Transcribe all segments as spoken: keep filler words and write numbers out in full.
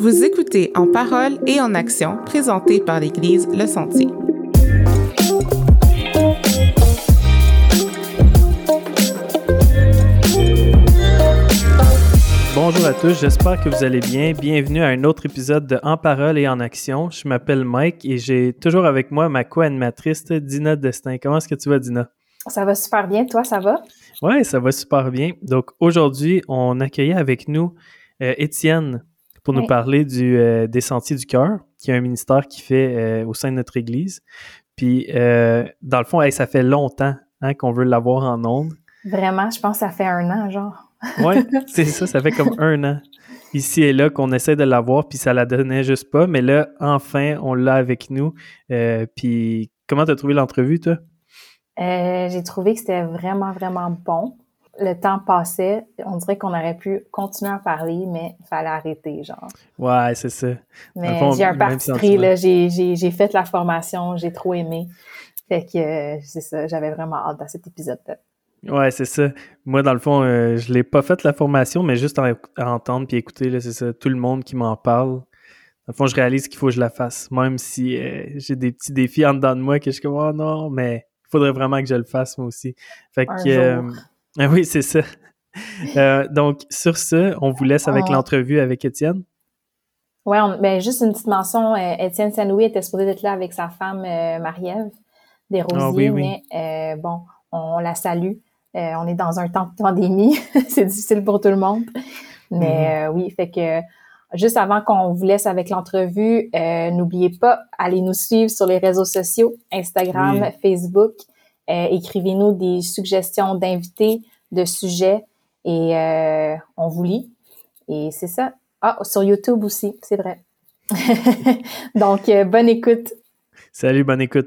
Vous écoutez En parole et en action, présenté par l'Église Le Sentier. Bonjour à tous, j'espère que vous allez bien. Bienvenue à un autre épisode de En parole et en action. Je m'appelle Mike et j'ai toujours avec moi ma co-animatrice Dina Destin. Comment est-ce que tu vas, Dina? Ça va super bien. Toi, ça va? Oui, ça va super bien. Donc aujourd'hui, on accueillait avec nous euh, Étienne pour oui. nous parler du, euh, des Sentiers du Cœur, qui est un ministère qu'il fait euh, au sein de notre Église. Puis, euh, dans le fond, hey, ça fait longtemps hein, qu'on veut l'avoir en ondes. Vraiment, je pense que ça fait un an, genre. Oui, c'est ça, ça fait comme un an. Ici et là qu'on essaie de l'avoir, puis ça la donnait juste pas. Mais là, enfin, on l'a avec nous. Euh, puis, comment t'as trouvé l'entrevue, toi? Euh, j'ai trouvé que c'était vraiment, vraiment bon. Le temps passait, on dirait qu'on aurait pu continuer à parler, mais il fallait arrêter, genre. Ouais, c'est ça. Mais fond, j'ai un parti pris, là, j'ai, j'ai, j'ai fait la formation, j'ai trop aimé. Fait que, euh, c'est ça, j'avais vraiment hâte dans cet épisode-là. Ouais, c'est ça. Moi, dans le fond, euh, je l'ai pas fait la formation, mais juste à, à entendre puis écouter, là, c'est ça, tout le monde qui m'en parle. Dans le fond, je réalise qu'il faut que je la fasse, même si euh, j'ai des petits défis en dedans de moi que je suis comme « Oh non, mais il faudrait vraiment que je le fasse, moi aussi. » Fait que, euh, euh, oui, c'est ça. euh, donc, sur ce, on vous laisse avec on... l'entrevue avec Étienne. Ouais, on, ben juste une petite mention. Euh, Étienne Saint-Louis était supposé être là avec sa femme euh, Marie-Ève Desrosiers, oh, oui, oui. mais euh, bon, on la salue. Euh, on est dans un temps de pandémie, c'est difficile pour tout le monde. Mais mm-hmm. euh, oui, fait que juste avant qu'on vous laisse avec l'entrevue, euh, n'oubliez pas, allez nous suivre sur les réseaux sociaux, Instagram, oui. Facebook. Euh, écrivez-nous des suggestions d'invités, de sujets et euh, on vous lit. Et c'est ça. Ah, sur YouTube aussi, c'est vrai. Donc, euh, bonne écoute. Salut, bonne écoute.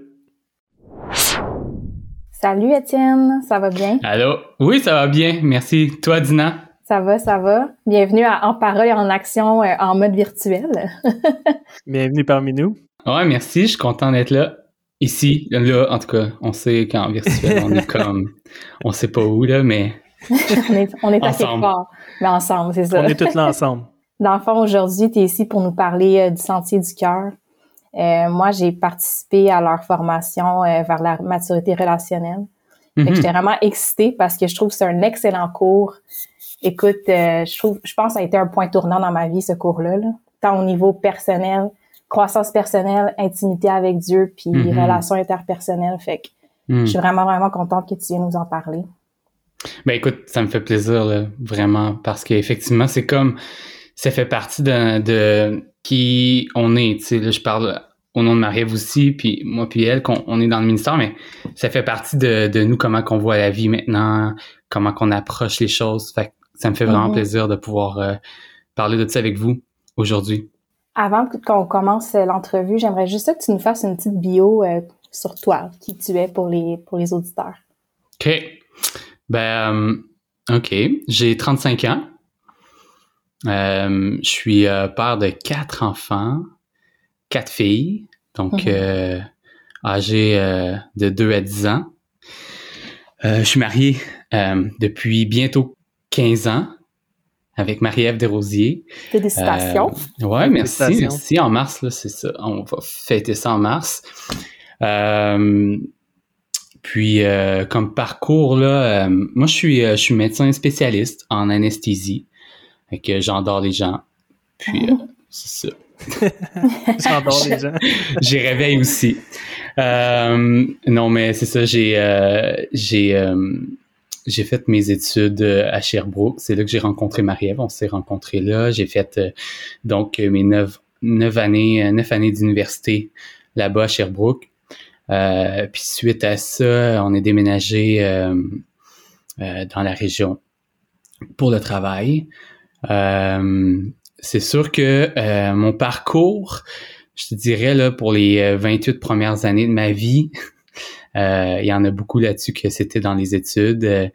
Salut Étienne, ça va bien? Allô? Oui, ça va bien, merci. Toi, Dina? Ça va, ça va. Bienvenue à En parole et en action euh, en mode virtuel. Bienvenue parmi nous. Ouais, merci, je suis content d'être là. Ici, là, en tout cas, on sait qu'en virtuel, on est comme... on sait pas où, là, mais... on est, on est à quelque part, mais ensemble, c'est ça. On est tous là ensemble. Dans le fond, aujourd'hui, tu es ici pour nous parler euh, du Sentier du Cœur. Euh, moi, j'ai participé à leur formation euh, vers la maturité relationnelle. Mm-hmm. Fait que j'étais vraiment excitée parce que je trouve que c'est un excellent cours. Écoute, euh, je trouve, je pense que ça a été un point tournant dans ma vie, ce cours-là, là. Tant au niveau personnel, croissance personnelle, intimité avec Dieu, puis mm-hmm. relations interpersonnelles. Fait que mm. je suis vraiment, vraiment contente que tu viennes nous en parler. Ben écoute, ça me fait plaisir, là, vraiment, parce qu'effectivement, c'est comme, ça fait partie de, de qui on est, tu sais, là, je parle au nom de Marie-Ève aussi, puis moi puis elle, qu'on on est dans le ministère, mais ça fait partie de, de nous, comment qu'on voit la vie maintenant, comment qu'on approche les choses. Fait que ça me fait vraiment mm-hmm. plaisir de pouvoir euh, parler de ça avec vous aujourd'hui. Avant qu'on commence l'entrevue, j'aimerais juste que tu nous fasses une petite bio euh, sur toi, qui tu es pour les, pour les auditeurs. OK. Ben, euh, OK. J'ai trente-cinq ans. Euh, je suis euh, père de quatre enfants, quatre filles, donc mm-hmm. euh, âgées euh, de deux à dix ans. Euh, je suis marié euh, depuis bientôt quinze ans avec Marie-Ève Desrosiers. Félicitations. Euh, ouais, merci, merci. En mars, là, c'est ça. On va fêter ça en mars. Euh, puis, euh, comme parcours, là, euh, moi, je suis, euh, je suis médecin spécialiste en anesthésie. Fait que j'endors les gens. Puis, euh, c'est ça. J'endors les gens. J'y réveille aussi. Euh, non, mais c'est ça. J'ai, euh, j'ai, euh, j'ai fait mes études à Sherbrooke. C'est là que j'ai rencontré Marie-Ève. On s'est rencontrés là. J'ai fait euh, donc mes neuf, neuf années, neuf années d'université là-bas à Sherbrooke. Euh, puis suite à ça, on est déménagé euh, euh, dans la région pour le travail. Euh, c'est sûr que euh, mon parcours, je te dirais là pour les vingt-huit premières années de ma vie, euh, il y en a beaucoup là-dessus que c'était dans les études, euh,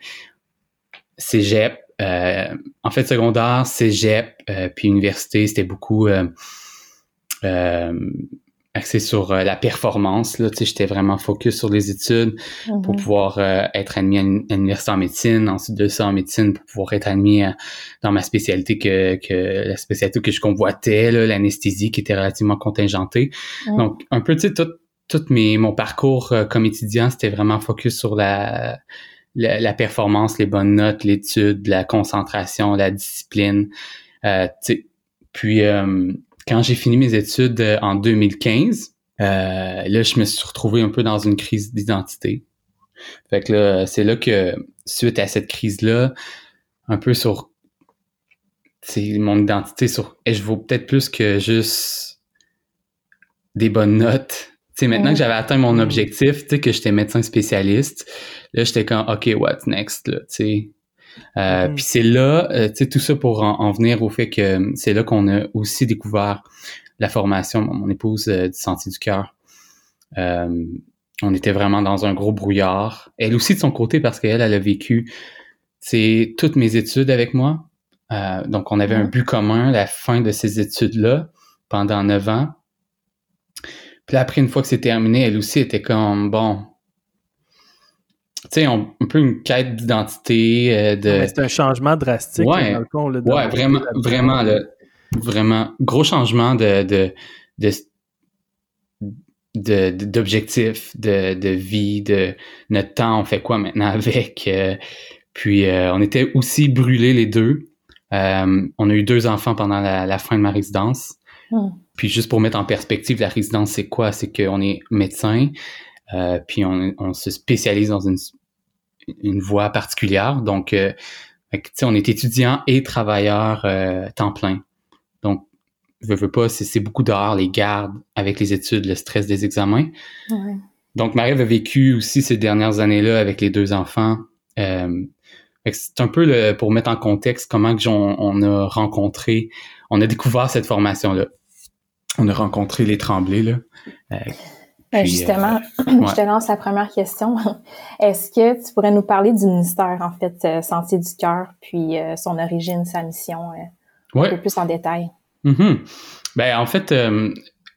cégep, euh, en fait secondaire, cégep, euh, puis université, c'était beaucoup euh, euh, axé sur euh, la performance. Là, tu sais, j'étais vraiment focus sur les études mm-hmm. pour pouvoir euh, être admis à l'université en médecine, ensuite de ça en médecine pour pouvoir être admis à, dans ma spécialité que, que la spécialité que je convoitais, là, l'anesthésie qui était relativement contingentée. Mm. Donc, un peu, tu sais, tout, tout mes, mon parcours euh, comme étudiant, c'était vraiment focus sur la, la, la performance, les bonnes notes, l'étude, la concentration, la discipline. Euh, tu sais, puis... Euh, Quand j'ai fini mes études en deux mille quinze, euh, là, je me suis retrouvé un peu dans une crise d'identité. Fait que là, c'est là que, suite à cette crise-là, un peu sur, c'est mon identité sur, et je vaux peut-être plus que juste des bonnes notes. Tu sais, maintenant mmh. que j'avais atteint mon objectif, tu sais, que j'étais médecin spécialiste, là, j'étais comme, OK, what's next, là, tu sais. Euh, mmh. Puis c'est là, euh, tu sais, tout ça pour en, en venir au fait que c'est là qu'on a aussi découvert la formation, mon épouse euh, du Sentier du Cœur. Euh, on était vraiment dans un gros brouillard. Elle aussi de son côté parce qu'elle, elle a vécu, c'est toutes mes études avec moi. Euh, donc on avait mmh. un but commun, la fin de ces études-là pendant neuf ans. Puis là, après, une fois que c'est terminé, elle aussi était comme, bon... Tu sais, un peu une quête d'identité. Euh, de... Ouais, c'est un changement drastique. Ouais, là, dans le fond, là, ouais vraiment, vraiment, là, vraiment, gros changement de, de, de, de, de d'objectifs, de, de vie, de notre temps, on fait quoi maintenant avec. Euh, puis, euh, on était aussi brûlés les deux. Euh, on a eu deux enfants pendant la, la fin de ma résidence. Mm. Puis, juste pour mettre en perspective, la résidence, c'est quoi? C'est qu'on est médecin. Euh, puis on, on se spécialise dans une, une voie particulière. Donc, euh, tu sais, on est étudiant et travailleur euh, temps plein. Donc, je veux, veux pas, c'est, c'est beaucoup dehors, les gardes, avec les études, le stress des examens. Ouais. Donc, Marie-Ève a vécu aussi ces dernières années-là avec les deux enfants. Euh, c'est un peu le, pour mettre en contexte comment que on, on a rencontré, on a découvert cette formation-là. On a rencontré les Tremblay, là. Euh, Puis, Justement, euh, ouais. je te lance la première question. Est-ce que tu pourrais nous parler du ministère, en fait, euh, Sentier du Cœur, puis euh, son origine, sa mission, euh, ouais. un peu plus en détail? Mm-hmm. Ben, en fait, euh,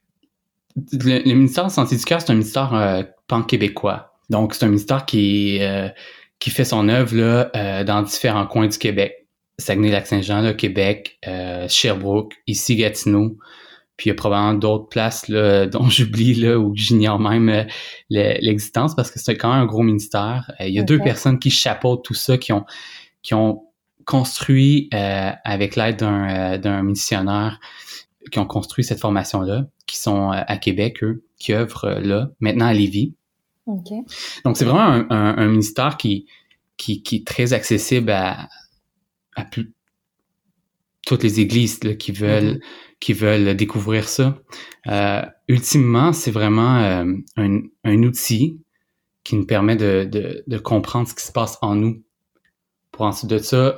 le, le ministère Sentier du Cœur, c'est un ministère euh, pan-québécois. Donc, c'est un ministère qui, euh, qui fait son œuvre là, euh, dans différents coins du Québec. Saguenay-Lac-Saint-Jean, là, Québec, euh, Sherbrooke, ici Gatineau. Puis il y a probablement d'autres places là, dont j'oublie là, ou que j'ignore même euh, l'existence parce que c'est quand même un gros ministère. Euh, il y a okay. deux personnes qui chapeautent tout ça, qui ont qui ont construit euh, avec l'aide d'un, euh, d'un missionnaire, qui ont construit cette formation-là, qui sont euh, à Québec, eux, qui œuvrent euh, là, maintenant à Lévis. Okay. Donc c'est vraiment un, un, un ministère qui, qui, qui est très accessible à, à plus, toutes les églises là, qui veulent... Mm-hmm. qui veulent découvrir ça. Euh, ultimement, c'est vraiment euh, un, un outil qui nous permet de, de, de comprendre ce qui se passe en nous. Pour ensuite de ça,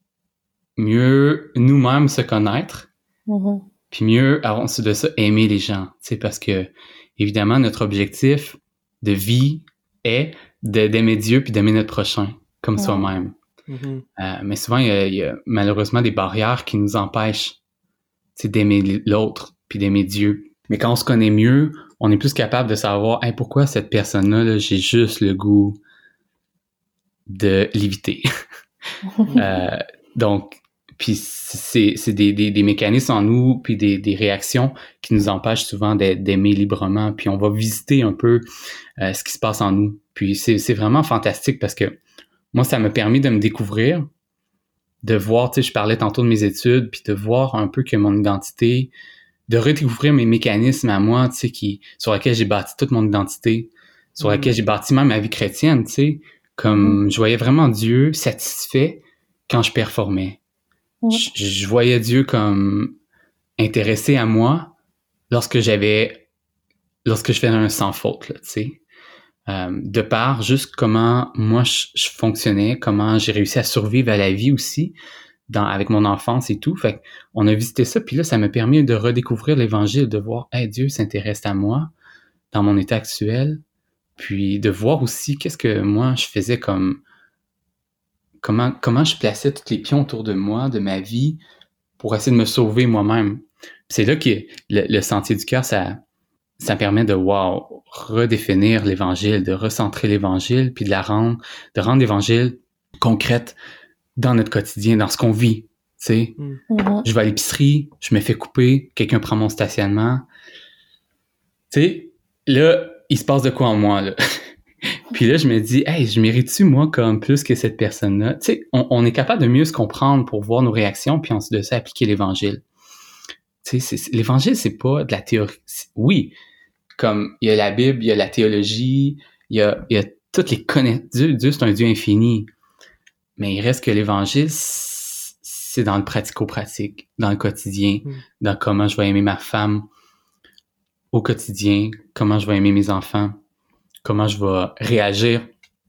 mieux nous-mêmes se connaître, mm-hmm. puis mieux, ensuite de ça, aimer les gens. Tu sais, parce que, évidemment, notre objectif de vie est de, d'aimer Dieu puis d'aimer notre prochain, comme ouais. soi-même. Mm-hmm. Euh, mais souvent, il y, a, il y a malheureusement des barrières qui nous empêchent c'est d'aimer l'autre, puis d'aimer Dieu. Mais quand on se connaît mieux, on est plus capable de savoir hey, pourquoi cette personne-là, là, j'ai juste le goût de l'éviter. euh, donc, puis c'est, c'est des, des, des mécanismes en nous, puis des, des réactions qui nous empêchent souvent d'aimer librement. Puis on va visiter un peu euh, ce qui se passe en nous. Puis c'est, c'est vraiment fantastique parce que moi, ça m'a permis de me découvrir, de voir, tu sais, je parlais tantôt de mes études, puis de voir un peu que mon identité, de redécouvrir mes mécanismes à moi, tu sais, qui, sur lesquels j'ai bâti toute mon identité, sur mmh. lesquels j'ai bâti même ma vie chrétienne, tu sais, comme mmh. je voyais vraiment Dieu satisfait quand je performais. Mmh. Je, je voyais Dieu comme intéressé à moi lorsque j'avais, lorsque je faisais un sans faute, là, tu sais. Euh, de par juste comment moi je, je fonctionnais, comment j'ai réussi à survivre à la vie aussi, dans, avec mon enfance et tout. Fait qu'on a visité ça, puis là, ça m'a permis de redécouvrir l'Évangile, de voir, hey, Dieu s'intéresse à moi dans mon état actuel, puis de voir aussi qu'est-ce que moi je faisais comme, comment, comment je plaçais tous les pions autour de moi, de ma vie, pour essayer de me sauver moi-même. Puis c'est là que le, le Sentier du Cœur, ça, ça permet de, wow, redéfinir l'Évangile, de recentrer l'Évangile, puis de la rendre, de rendre l'Évangile concrète dans notre quotidien, dans ce qu'on vit, tu sais. Mm-hmm. Je vais à l'épicerie, je me fais couper, quelqu'un prend mon stationnement. Tu sais, là, il se passe de quoi en moi, là? Puis là, je me dis, hey, je mérite-tu, moi, comme plus que cette personne-là? Tu sais, on, on est capable de mieux se comprendre pour voir nos réactions, puis ensuite de ça, appliquer l'Évangile. Tu sais, c'est, l'Évangile, c'est pas de la théorie. Oui, comme il y a la Bible, il y a la théologie, il y a, il y a toutes les connaissances. Dieu, Dieu, c'est un Dieu infini. Mais il reste que l'Évangile, c'est dans le pratico-pratique, dans le quotidien, mm. dans comment je vais aimer ma femme au quotidien, comment je vais aimer mes enfants, comment je vais réagir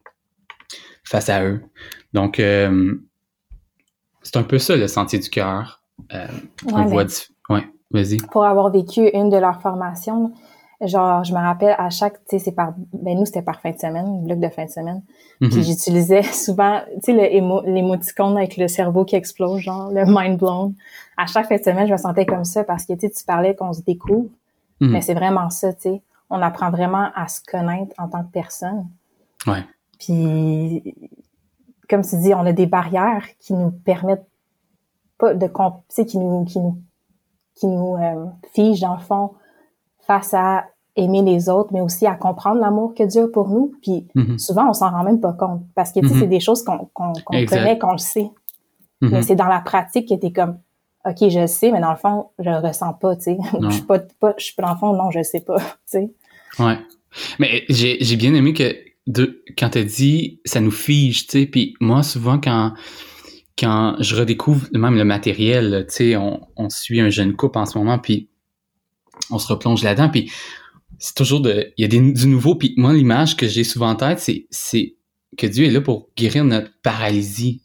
face à eux. Donc, euh, c'est un peu ça, le sentier du cœur. Euh, ouais, on voit... Dif- ouais, vas-y. Pour avoir vécu une de leurs formations, genre, je me rappelle à chaque, tu sais, c'est par, ben nous, c'était par fin de semaine, bloc de fin de semaine. Mm-hmm. Puis j'utilisais souvent, tu sais, le émo, l'émoticône avec le cerveau qui explose, genre, le mind blown. À chaque fin de semaine, je me sentais comme ça parce que, tu sais, tu parlais qu'on se découvre. Mm-hmm. Mais c'est vraiment ça, tu sais. On apprend vraiment à se connaître en tant que personne. Ouais. Puis, comme tu dis, on a des barrières qui nous permettent pas de, tu sais, qui nous, qui nous, qui nous euh, figent dans le fond face à aimer les autres, mais aussi à comprendre l'amour que Dieu a pour nous. Puis mm-hmm. souvent, on s'en rend même pas compte. Parce que, tu sais, mm-hmm. c'est des choses qu'on, qu'on, qu'on connaît, qu'on le sait. Mm-hmm. Mais c'est dans la pratique que t'es comme, OK, je le sais, mais dans le fond, je le ressens pas, tu sais. Je suis pas, pas, je suis dans le fond, non, je le sais pas, tu sais. Ouais. Mais j'ai, j'ai bien aimé que, de, quand t'as dit, ça nous fige, tu sais. Puis moi, souvent, quand, quand je redécouvre même le matériel, tu sais, on, on suit un jeune couple en ce moment, puis on se replonge là-dedans, puis c'est toujours de, il y a des, du nouveau, puis moi, l'image que j'ai souvent en tête, c'est, c'est que Dieu est là pour guérir notre paralysie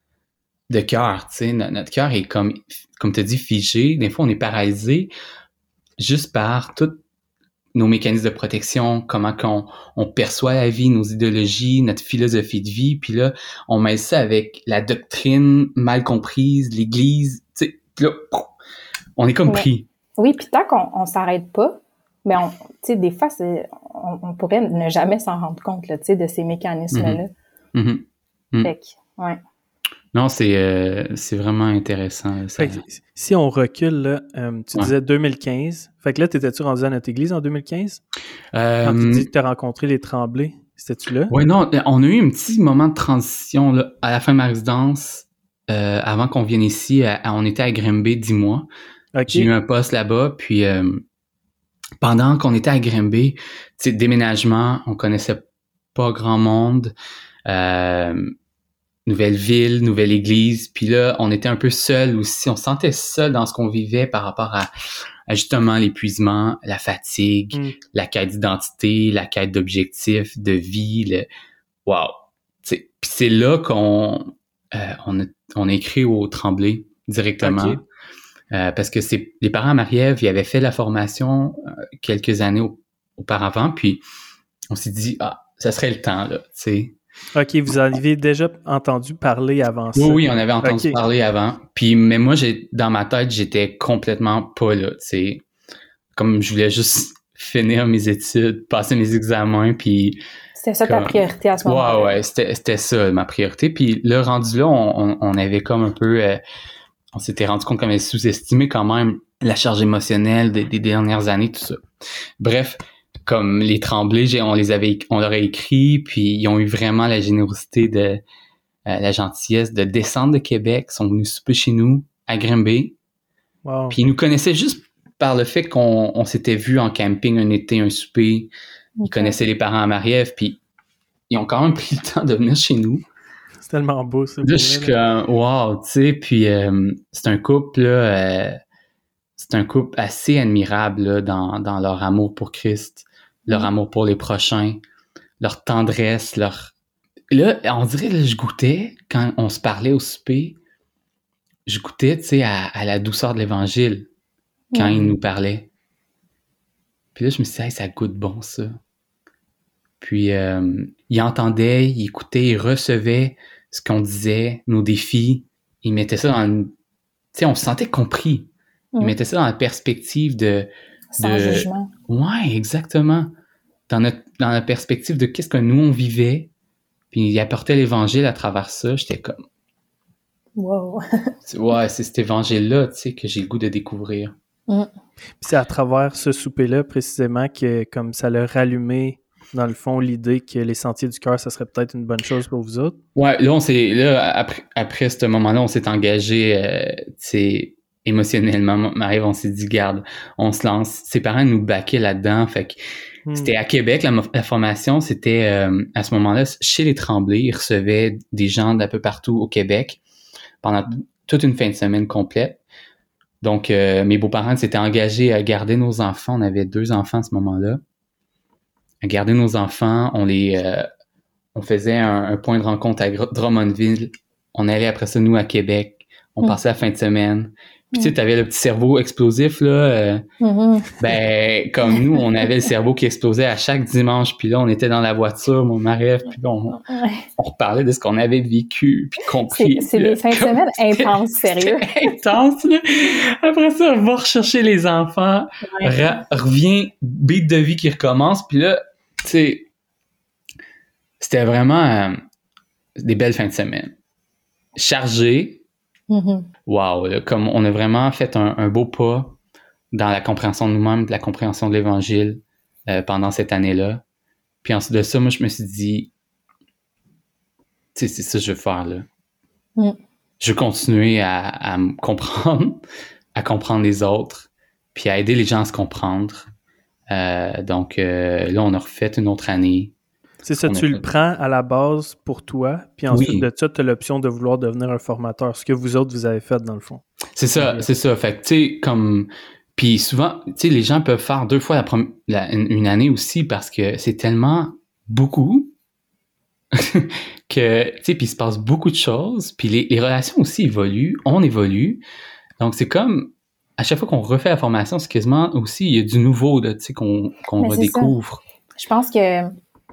de cœur, tu sais, notre, notre cœur est comme, comme tu as dit, figé. Des fois, on est paralysé juste par tous nos mécanismes de protection, comment qu'on on perçoit la vie, nos idéologies, notre philosophie de vie, puis là, on mêle ça avec la doctrine mal comprise, l'Église, tu sais, là, on est comme ouais. pris. Oui, puis tant qu'on on s'arrête pas, mais on, tu sais, des fois, c'est, on, on pourrait ne jamais s'en rendre compte, là, tu sais, de ces mécanismes-là. Mm-hmm. Mm-hmm. Fait que, ouais. Non, c'est, euh, c'est vraiment intéressant. Ça. Fait que, si on recule, là, euh, tu ouais. disais deux mille quinze. Fait que là, t'étais-tu rendu à notre église en deux mille quinze? Euh, Quand tu dis que t'as rencontré les Tremblay, c'était-tu là? Oui, non, on a eu un petit moment de transition là, à la fin de ma résidence. Euh, avant qu'on vienne ici, à, à, on était à Grimby dix mois. Okay. J'ai eu un poste là-bas, puis euh, pendant qu'on était à Grimby, tu sais, déménagement, on connaissait pas grand monde. Euh, nouvelle ville, nouvelle église, puis là, on était un peu seul aussi, on se sentait seul dans ce qu'on vivait par rapport à, à justement l'épuisement, la fatigue, mm. la quête d'identité, la quête d'objectifs, de vie, le wow! T'sais, puis c'est là qu'on euh, on, a, on a écrit au Tremblay directement, okay. euh, parce que c'est les parents à Marie-Ève, ils avaient fait la formation euh, quelques années au, auparavant, puis on s'est dit, ah, ça serait le temps, là, tu sais. OK, vous aviez déjà entendu parler avant ça. Oui, oui, on avait entendu okay. parler avant. Puis, mais moi, j'ai, dans ma tête, j'étais complètement pas là, tu sais. Comme je voulais juste finir mes études, passer mes examens, puis... C'était ça comme... ta priorité à ce moment-là? Ouais, ouais, c'était, c'était ça, ma priorité. Puis là, rendu là, on, on, on avait comme un peu... Euh, on s'était rendu compte qu'on avait sous-estimé quand même la charge émotionnelle des, des dernières années, tout ça. Bref... Comme les Tremblay, on les avait, on leur a écrit, puis ils ont eu vraiment la générosité de, euh, la gentillesse de descendre de Québec, ils sont venus souper chez nous à Grimby. Wow. Puis ils nous connaissaient juste par le fait qu'on on s'était vus en camping un été, un souper. Ils okay. connaissaient les parents à Marie-Ève, puis ils ont quand même pris le temps de venir chez nous. C'est tellement beau, ça. Là, je suis comme, wow, tu sais, puis euh, c'est un couple, là, euh, c'est un couple assez admirable là, dans, dans leur amour pour Christ. Leur amour pour les prochains, leur tendresse, leur... Là, on dirait, là, je goûtais, quand on se parlait au souper, je goûtais, tu sais, à, à la douceur de l'Évangile, quand mmh. ils nous parlaient. Puis là, je me suis dit, hey, ça goûte bon, ça. Puis, euh, ils entendaient, ils écoutaient, ils recevaient ce qu'on disait, nos défis. Ils mettaient ça dans... Tu sais, on se sentait compris. Mmh. Ils mettaient ça dans la perspective de... Sans de... jugement. Ouais, exactement. Dans notre dans la perspective de qu'est-ce que nous on vivait, puis il apportait l'Évangile à travers ça, j'étais comme wow. Ouais, c'est cet évangile-là, tu sais, que j'ai le goût de découvrir. Mm. Puis c'est à travers ce souper-là, précisément, que comme ça l'a rallumé, dans le fond, l'idée que les Sentiers du cœur, ça serait peut-être une bonne chose pour vous autres. Ouais, là, on s'est, là, après, après ce moment-là, on s'est engagé, euh, tu sais, émotionnellement. Marie, on s'est dit, garde, on se lance. Ses parents nous backaient là-dedans, fait que hmm. c'était à Québec, la, la formation, c'était, euh, à ce moment-là, chez les Tremblay, ils recevaient des gens d'un peu partout au Québec pendant toute une fin de semaine complète. Donc, euh, mes beaux-parents s'étaient engagés à garder nos enfants. On avait deux enfants à ce moment-là. À garder nos enfants. On les, euh, on faisait un, un point de rencontre à Drummondville. On allait après ça, nous, à Québec. On mmh. passait la fin de semaine. Puis, mmh. tu sais, t'avais le petit cerveau explosif, là. Euh, mmh. Ben, comme nous, on avait le cerveau qui explosait à chaque dimanche. Puis là, on était dans la voiture, mon mari, puis là, on, on reparlait de ce qu'on avait vécu, puis compris. C'est, c'est des fins de semaine intenses, sérieux. Intense, là. Après ça, on va rechercher les enfants, ouais. re- revient, beat de vie qui recommence. Puis là, tu sais, c'était vraiment euh, des belles fins de semaine. Chargées. Mm-hmm. Wow, là, comme on a vraiment fait un, un beau pas dans la compréhension de nous-mêmes, de la compréhension de l'Évangile euh, pendant cette année-là. Puis ensuite de ça, moi, je me suis dit, tu sais, c'est ça que je veux faire, là. Mm. Je veux continuer à, à me comprendre, à comprendre les autres, puis à aider les gens à se comprendre. Euh, donc euh, là, on a refait une autre année. C'est ça, tu le prends à la base pour toi, puis ensuite oui. de ça, tu as l'option de vouloir devenir un formateur, ce que vous autres, vous avez fait dans le fond. C'est ça, okay. c'est ça. Fait que, tu sais, comme... Puis souvent, tu sais, les gens peuvent faire deux fois la prom... la... une année aussi parce que c'est tellement beaucoup que, tu sais, puis il se passe beaucoup de choses, puis les, les relations aussi évoluent, on évolue. Donc, c'est comme... À chaque fois qu'on refait la formation, c'est quasiment aussi, il y a du nouveau, là, tu sais, qu'on, qu'on redécouvre. Je pense que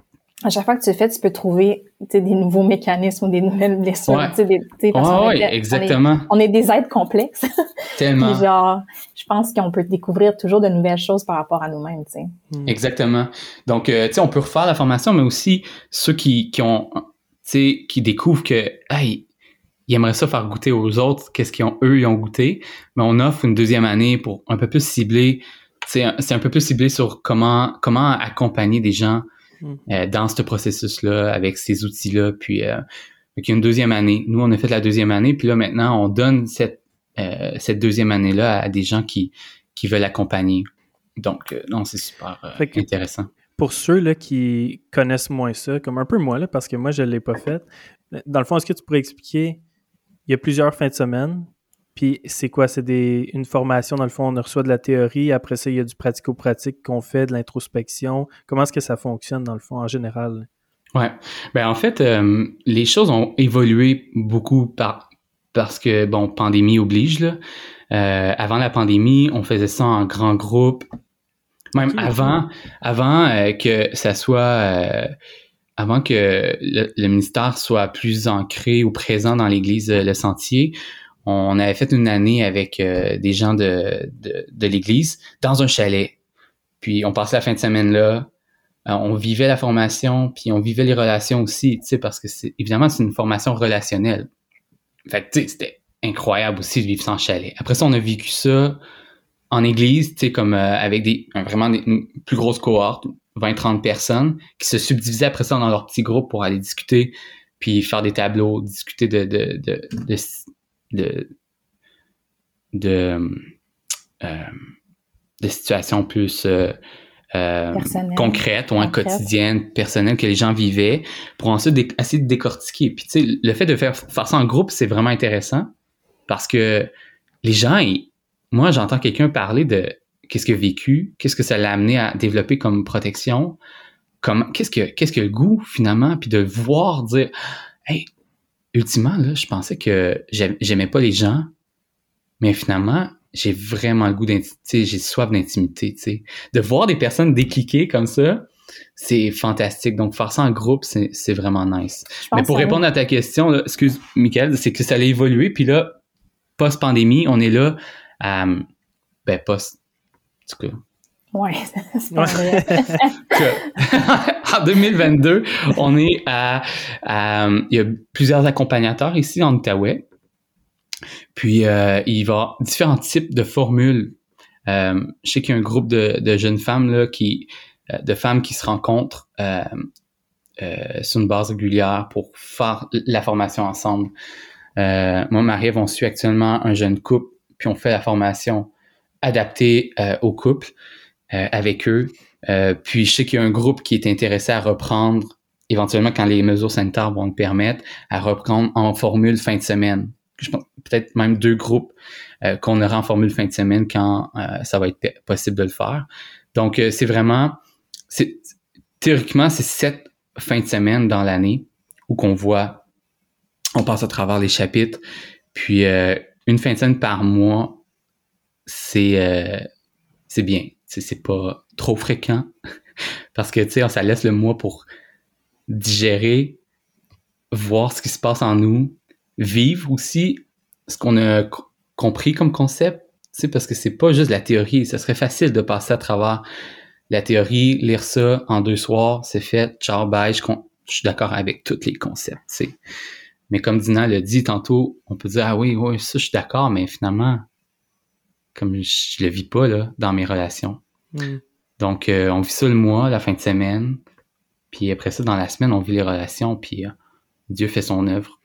à chaque fois que tu le fais, tu peux trouver des nouveaux mécanismes ou des nouvelles blessures. Ouais, des, parce ouais, qu'on ouais est, exactement. On est, on est des êtres complexes. Tellement. Puis genre, je pense qu'on peut découvrir toujours de nouvelles choses par rapport à nous-mêmes, tu sais. Exactement. Donc, euh, tu sais, on peut refaire la formation, mais aussi ceux qui, qui ont, tu sais, qui découvrent que, hey, ils aimeraient ça faire goûter aux autres, qu'est-ce qu'ils ont, eux, ils ont goûté, mais on offre une deuxième année pour un peu plus cibler, tu sais, c'est un peu plus ciblé sur comment, comment accompagner des gens Euh, dans ce processus-là, avec ces outils-là, puis euh, il y a une deuxième année. Nous, on a fait la deuxième année, puis là, maintenant, on donne cette, euh, cette deuxième année-là à des gens qui, qui veulent accompagner. Donc, euh, non, c'est super euh, intéressant. Pour ceux là, qui connaissent moins ça, comme un peu moi, là, parce que moi, je ne l'ai pas fait, dans le fond, est-ce que tu pourrais expliquer, il y a plusieurs fins de semaine, puis c'est quoi? C'est des, une formation, dans le fond, on reçoit de la théorie, après ça, il y a du pratico-pratique qu'on fait, de l'introspection. Comment est-ce que ça fonctionne, dans le fond, en général? Ouais. Ben en fait, euh, les choses ont évolué beaucoup par, parce que, bon, pandémie oblige, là. Euh, avant la pandémie, on faisait ça en grand groupe. Même okay, avant, okay. avant euh, que ça soit... Euh, avant que le, le ministère soit plus ancré ou présent dans l'Église euh, Le Sentier, on avait fait une année avec euh, des gens de, de, de l'Église dans un chalet. Puis on passait la fin de semaine là, euh, on vivait la formation, puis on vivait les relations aussi, tu sais, parce que c'est évidemment c'est une formation relationnelle. Fait que tu sais, c'était incroyable aussi de vivre ça en chalet. Après ça, on a vécu ça en Église, tu sais, comme euh, avec des vraiment des une plus grosse cohorte, vingt trente personnes, qui se subdivisaient après ça dans leur petits groupes pour aller discuter, puis faire des tableaux, discuter de de de, de, de de de, euh, de situations plus euh, euh, concrètes ou Concrète. quotidiennes, personnelles que les gens vivaient pour ensuite dé- essayer de décortiquer. Puis tu sais, le fait de faire, faire ça en groupe, c'est vraiment intéressant parce que les gens, ils, moi j'entends quelqu'un parler de qu'est-ce qu'il a vécu, qu'est-ce que ça l'a amené à développer comme protection, comme, qu'est-ce que qu'est-ce que le goût finalement, puis de voir dire hey, ultimement, là, je pensais que j'aimais pas les gens, mais finalement, j'ai vraiment le goût d'intimité, j'ai soif d'intimité, tu sais. De voir des personnes décliquer comme ça, c'est fantastique. Donc, faire ça en groupe, c'est, c'est vraiment nice. Mais pour répondre oui. à ta question, là, excuse, Michael, c'est que ça a évolué, puis là, post-pandémie, on est là à, ben, post, en tout cas, Ouais, c'est pas vrai. En deux mille vingt-deux, on est à, à... Il y a plusieurs accompagnateurs ici en Outaouais. Puis, euh, il va y avoir différents types de formules. Euh, je sais qu'il y a un groupe de, de jeunes femmes, là, qui, euh, de femmes qui se rencontrent euh, euh, sur une base régulière pour faire la formation ensemble. Euh, moi, Marie-Ève, on suit actuellement un jeune couple, puis on fait la formation adaptée euh, au couple euh, avec eux. Euh, puis, je sais qu'il y a un groupe qui est intéressé à reprendre, éventuellement, quand les mesures sanitaires vont le permettre, à reprendre en formule fin de semaine. Je pense peut-être même deux groupes euh, qu'on aura en formule fin de semaine quand euh, ça va être p- possible de le faire. Donc, euh, c'est vraiment... C'est, théoriquement, c'est sept fins de semaine dans l'année où qu'on voit... On passe à travers les chapitres. Puis, euh, une fin de semaine par mois, c'est, euh, c'est bien. T'sais, c'est pas trop fréquent parce que, tu sais, ça laisse le mois pour digérer, voir ce qui se passe en nous, vivre aussi ce qu'on a c- compris comme concept, tu sais, parce que c'est pas juste la théorie. Ça serait facile de passer à travers la théorie, lire ça en deux soirs, c'est fait, ciao, bye, je, con- je suis d'accord avec tous les concepts, tu sais. Mais comme Dina l'a dit tantôt, on peut dire, ah oui, oui, ça, je suis d'accord, mais finalement, comme je, je le vis pas, là, dans mes relations. Mm. Donc, euh, on vit ça le mois, la fin de semaine, puis après ça, dans la semaine, on vit les relations, puis euh, Dieu fait son œuvre.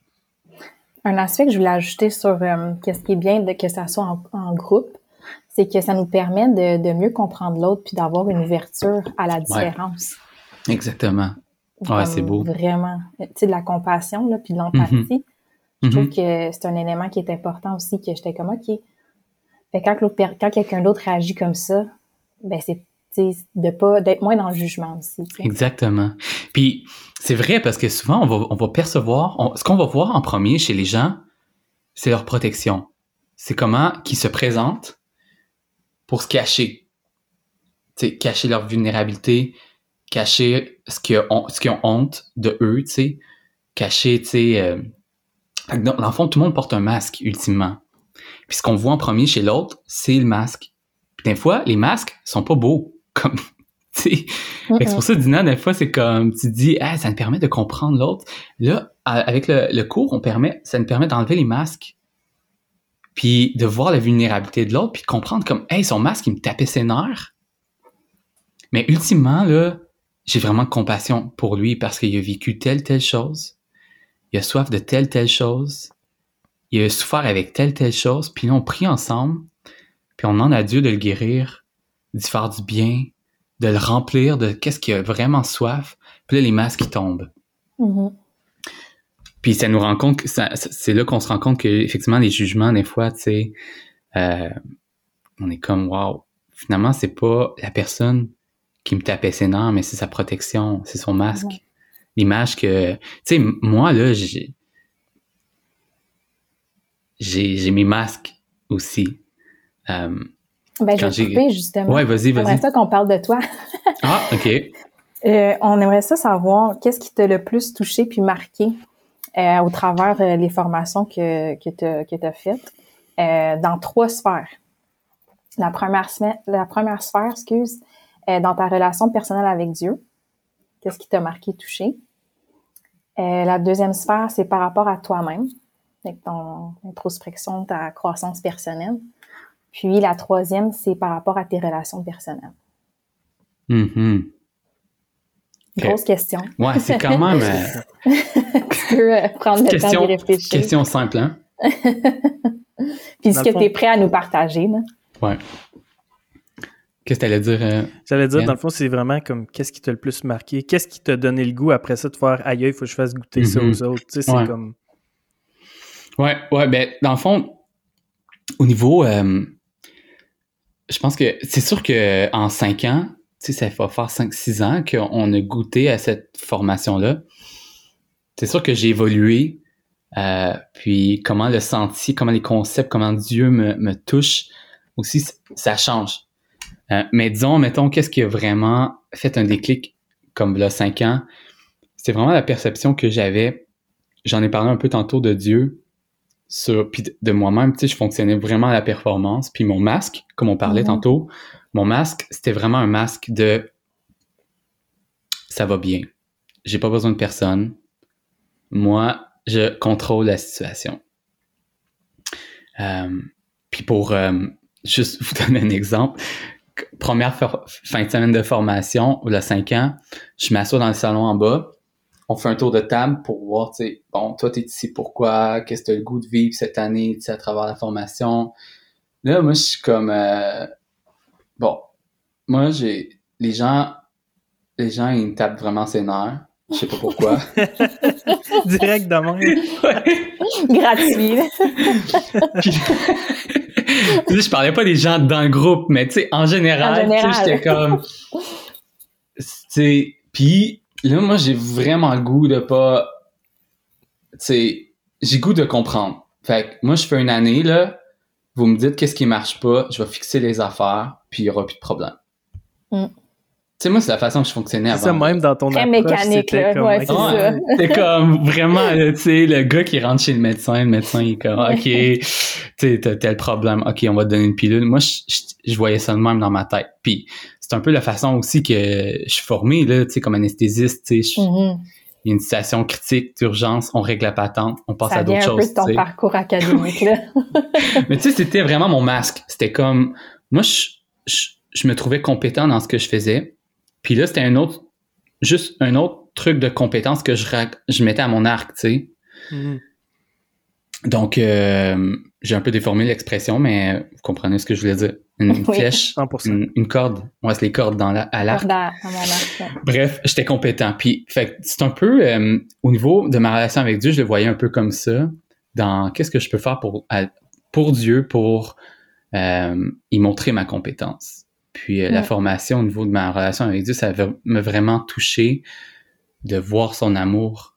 Un aspect que je voulais ajouter sur euh, qu'est-ce qui est bien de que ça soit en, en groupe, c'est que ça nous permet de, de mieux comprendre l'autre puis d'avoir une ouverture à la différence. Ouais. Exactement. Comme Ouais, c'est beau. Vraiment. Tu sais, de la compassion, là, puis de l'empathie. Mm-hmm. Je trouve Mm-hmm. que c'est un élément qui est important aussi, que j'étais comme, OK. Fait que quand, l'autre, quand quelqu'un d'autre réagit comme ça, ben c'est de pas d'être moins dans le jugement aussi. T'sais. Exactement. Puis c'est vrai parce que souvent on va on va percevoir on, ce qu'on va voir en premier chez les gens, c'est leur protection. C'est comment qu'ils se présentent pour se cacher. Tu sais, cacher leur vulnérabilité, cacher ce qu'ils ont ce qu'ils ont honte de eux, tu sais, cacher, tu sais euh, dans, dans le fond tout le monde porte un masque ultimement. Puis ce qu'on voit en premier chez l'autre, c'est le masque. Puis des fois les masques sont pas beaux. Comme, tu sais, c'est pour ça, Dina, des fois, c'est comme, tu dis, ah, ça me permet de comprendre l'autre. Là, avec le, le cours, on permet, ça nous permet d'enlever les masques. Puis de voir la vulnérabilité de l'autre, puis de comprendre comme, hey, son masque, il me tapait ses nerfs. Mais ultimement, là, j'ai vraiment de compassion pour lui parce qu'il a vécu telle, telle chose. Il a soif de telle, telle chose. Il a souffert avec telle, telle chose. Puis là, on prie ensemble. Puis on demande à Dieu de le guérir, d'y faire du bien, de le remplir de qu'est-ce qu'il a vraiment soif. Puis là, les masques, ils tombent. Mm-hmm. Puis ça nous rend compte, que ça, c'est là qu'on se rend compte que effectivement les jugements, des fois, tu sais, euh, on est comme, wow, finalement, c'est pas la personne qui me tapait ses nerfs, mais c'est sa protection, c'est son masque. Mm-hmm. L'image que, tu sais, moi, là, j'ai, j'ai, j'ai mes masques aussi. Euh, Ben, je vais te couper, justement. Ouais, vas-y, vas-y. On aimerait ça qu'on parle de toi. Ah, OK. Euh, on aimerait ça savoir qu'est-ce qui t'a le plus touché puis marqué euh, au travers euh, les formations que, que tu que as faites euh, dans trois sphères. La première, la première sphère, excuse, euh, dans ta relation personnelle avec Dieu. Qu'est-ce qui t'a marqué, touché? Euh, la deuxième sphère, c'est par rapport à toi-même, avec ton introspection, ta croissance personnelle. Puis la troisième, c'est par rapport à tes relations personnelles. Mm-hmm. Okay. Grosse question. Ouais, c'est quand même... Euh... tu peux euh, prendre le question, temps d'y réfléchir. Question simple, hein? Puis ce que tu es prêt à nous partager, là. Ouais. Qu'est-ce que tu allais dire? Euh, J'allais dire, dans le fond, c'est vraiment comme qu'est-ce qui t'a le plus marqué? Qu'est-ce qui t'a donné le goût après ça de faire aïe, il faut que je fasse goûter mm-hmm. ça aux autres? Tu sais, c'est ouais. comme... Ouais, ouais, ben, dans le fond, au niveau... Euh, je pense que c'est sûr qu'en cinq ans, tu sais, ça va faire cinq six ans qu'on a goûté à cette formation-là. C'est sûr que j'ai évolué, euh, puis comment le sentier, comment les concepts, comment Dieu me, me touche, aussi, ça change. Euh, mais disons, mettons, qu'est-ce qui a vraiment fait un déclic comme là, cinq ans? C'est vraiment la perception que j'avais, j'en ai parlé un peu tantôt de Dieu, sur, puis de, de moi-même, tu sais, je fonctionnais vraiment à la performance. Puis mon masque, comme on parlait mm-hmm. tantôt, mon masque, c'était vraiment un masque de « ça va bien, j'ai pas besoin de personne, moi, je contrôle la situation. Euh, » Puis pour euh, juste vous donner un exemple, première for- fin de semaine de formation, il y a cinq ans, je m'assois dans le salon en bas, on fait un tour de table pour voir, tu sais, bon, toi, t'es ici pourquoi, qu'est-ce que t'as le goût de vivre cette année, tu sais, à travers la formation. Là, moi, je suis comme, euh, bon, moi, j'ai, les gens, les gens, ils me tapent vraiment ses nerfs. Je sais pas pourquoi. Direct de même. Ouais. Gratuit. Puis, je parlais pas des gens dans le groupe, mais tu sais, en général, tu sais, j'étais comme, tu sais, puis là, moi, j'ai vraiment le goût de pas, tu sais, j'ai le goût de comprendre. Fait que moi, je fais une année, là, vous me dites qu'est-ce qui marche pas, je vais fixer les affaires, puis il y aura plus de problème. Mm. Tu sais, moi, c'est la façon que je fonctionnais c'est avant. C'est ça, même dans ton très approche, mécanique, là. Comme, ouais, c'est ouais, ça. C'est comme, vraiment, tu sais, le gars qui rentre chez le médecin, le médecin, il est comme, OK, tu sais, t'as tel problème, OK, on va te donner une pilule. Moi, je, je, je voyais ça de même dans ma tête. Puis, c'est un peu la façon aussi que je suis formé, là, tu sais, comme anesthésiste, tu sais, mm-hmm. il y a une situation critique d'urgence, on règle la patente, on passe ça à d'autres choses. Ça vient un peu de ton t'sais. parcours académique, là. Mais tu sais, c'était vraiment mon masque. C'était comme, moi, je, je, je me trouvais compétent dans ce que je faisais. Puis là, c'était un autre, juste un autre truc de compétence que je, je mettais à mon arc, tu sais. Mm-hmm. Donc, euh, j'ai un peu déformé l'expression, mais vous comprenez ce que je voulais dire. Une, une oui. flèche, une, une corde. On reste les cordes dans la, à l'arc. À, à mon arc ouais. Bref, j'étais compétent. Puis, fait, c'est un peu, euh, au niveau de ma relation avec Dieu, je le voyais un peu comme ça. Dans qu'est-ce que je peux faire pour, pour Dieu, pour euh, y montrer ma compétence. Puis euh, ouais. la formation au niveau de ma relation avec Dieu, ça m'a vraiment touché de voir son amour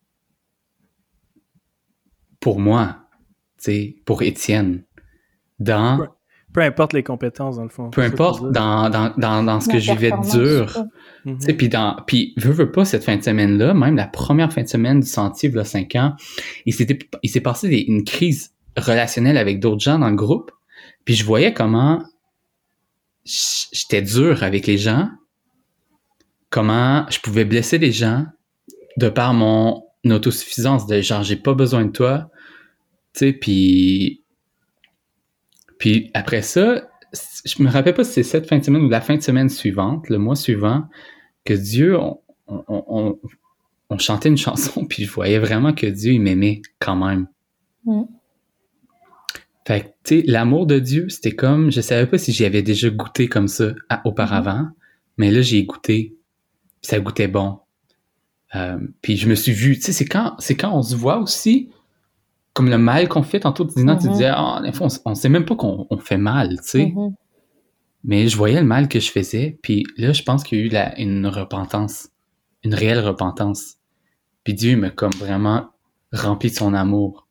pour moi, tu sais, pour Étienne. Dans... Peu, peu importe les compétences, dans le fond. Peu importe dans, dans, dans, dans ce la que je vivais de dur. Mm-hmm. Tu sais, puis dans... Puis, veux, veux pas, cette fin de semaine-là, même la première fin de semaine du Sentier, il y a cinq ans, il, s'était, il s'est passé des, une crise relationnelle avec d'autres gens dans le groupe, puis je voyais comment... j'étais dur avec les gens, comment je pouvais blesser les gens de par mon autosuffisance, de genre, j'ai pas besoin de toi, tu sais, puis puis après ça, je me rappelle pas si c'est cette fin de semaine ou la fin de semaine suivante, le mois suivant, que Dieu, on, on, on, on chantait une chanson, puis je voyais vraiment que Dieu, il m'aimait quand même. Mm. Fait que, tu sais, l'amour de Dieu, c'était comme, je savais pas si j'y avais déjà goûté comme ça à, auparavant, mm-hmm. mais là, j'y ai goûté, puis ça goûtait bon. Euh, puis je me suis vu, tu sais, c'est quand, c'est quand on se voit aussi, comme le mal qu'on fait, tantôt, Dina, mm-hmm. tu disais, ah, oh, on, on sait même pas qu'on on fait mal, tu sais. Mm-hmm. Mais je voyais le mal que je faisais, puis là, je pense qu'il y a eu la, une repentance, une réelle repentance. Puis Dieu m'a comme vraiment rempli de son amour.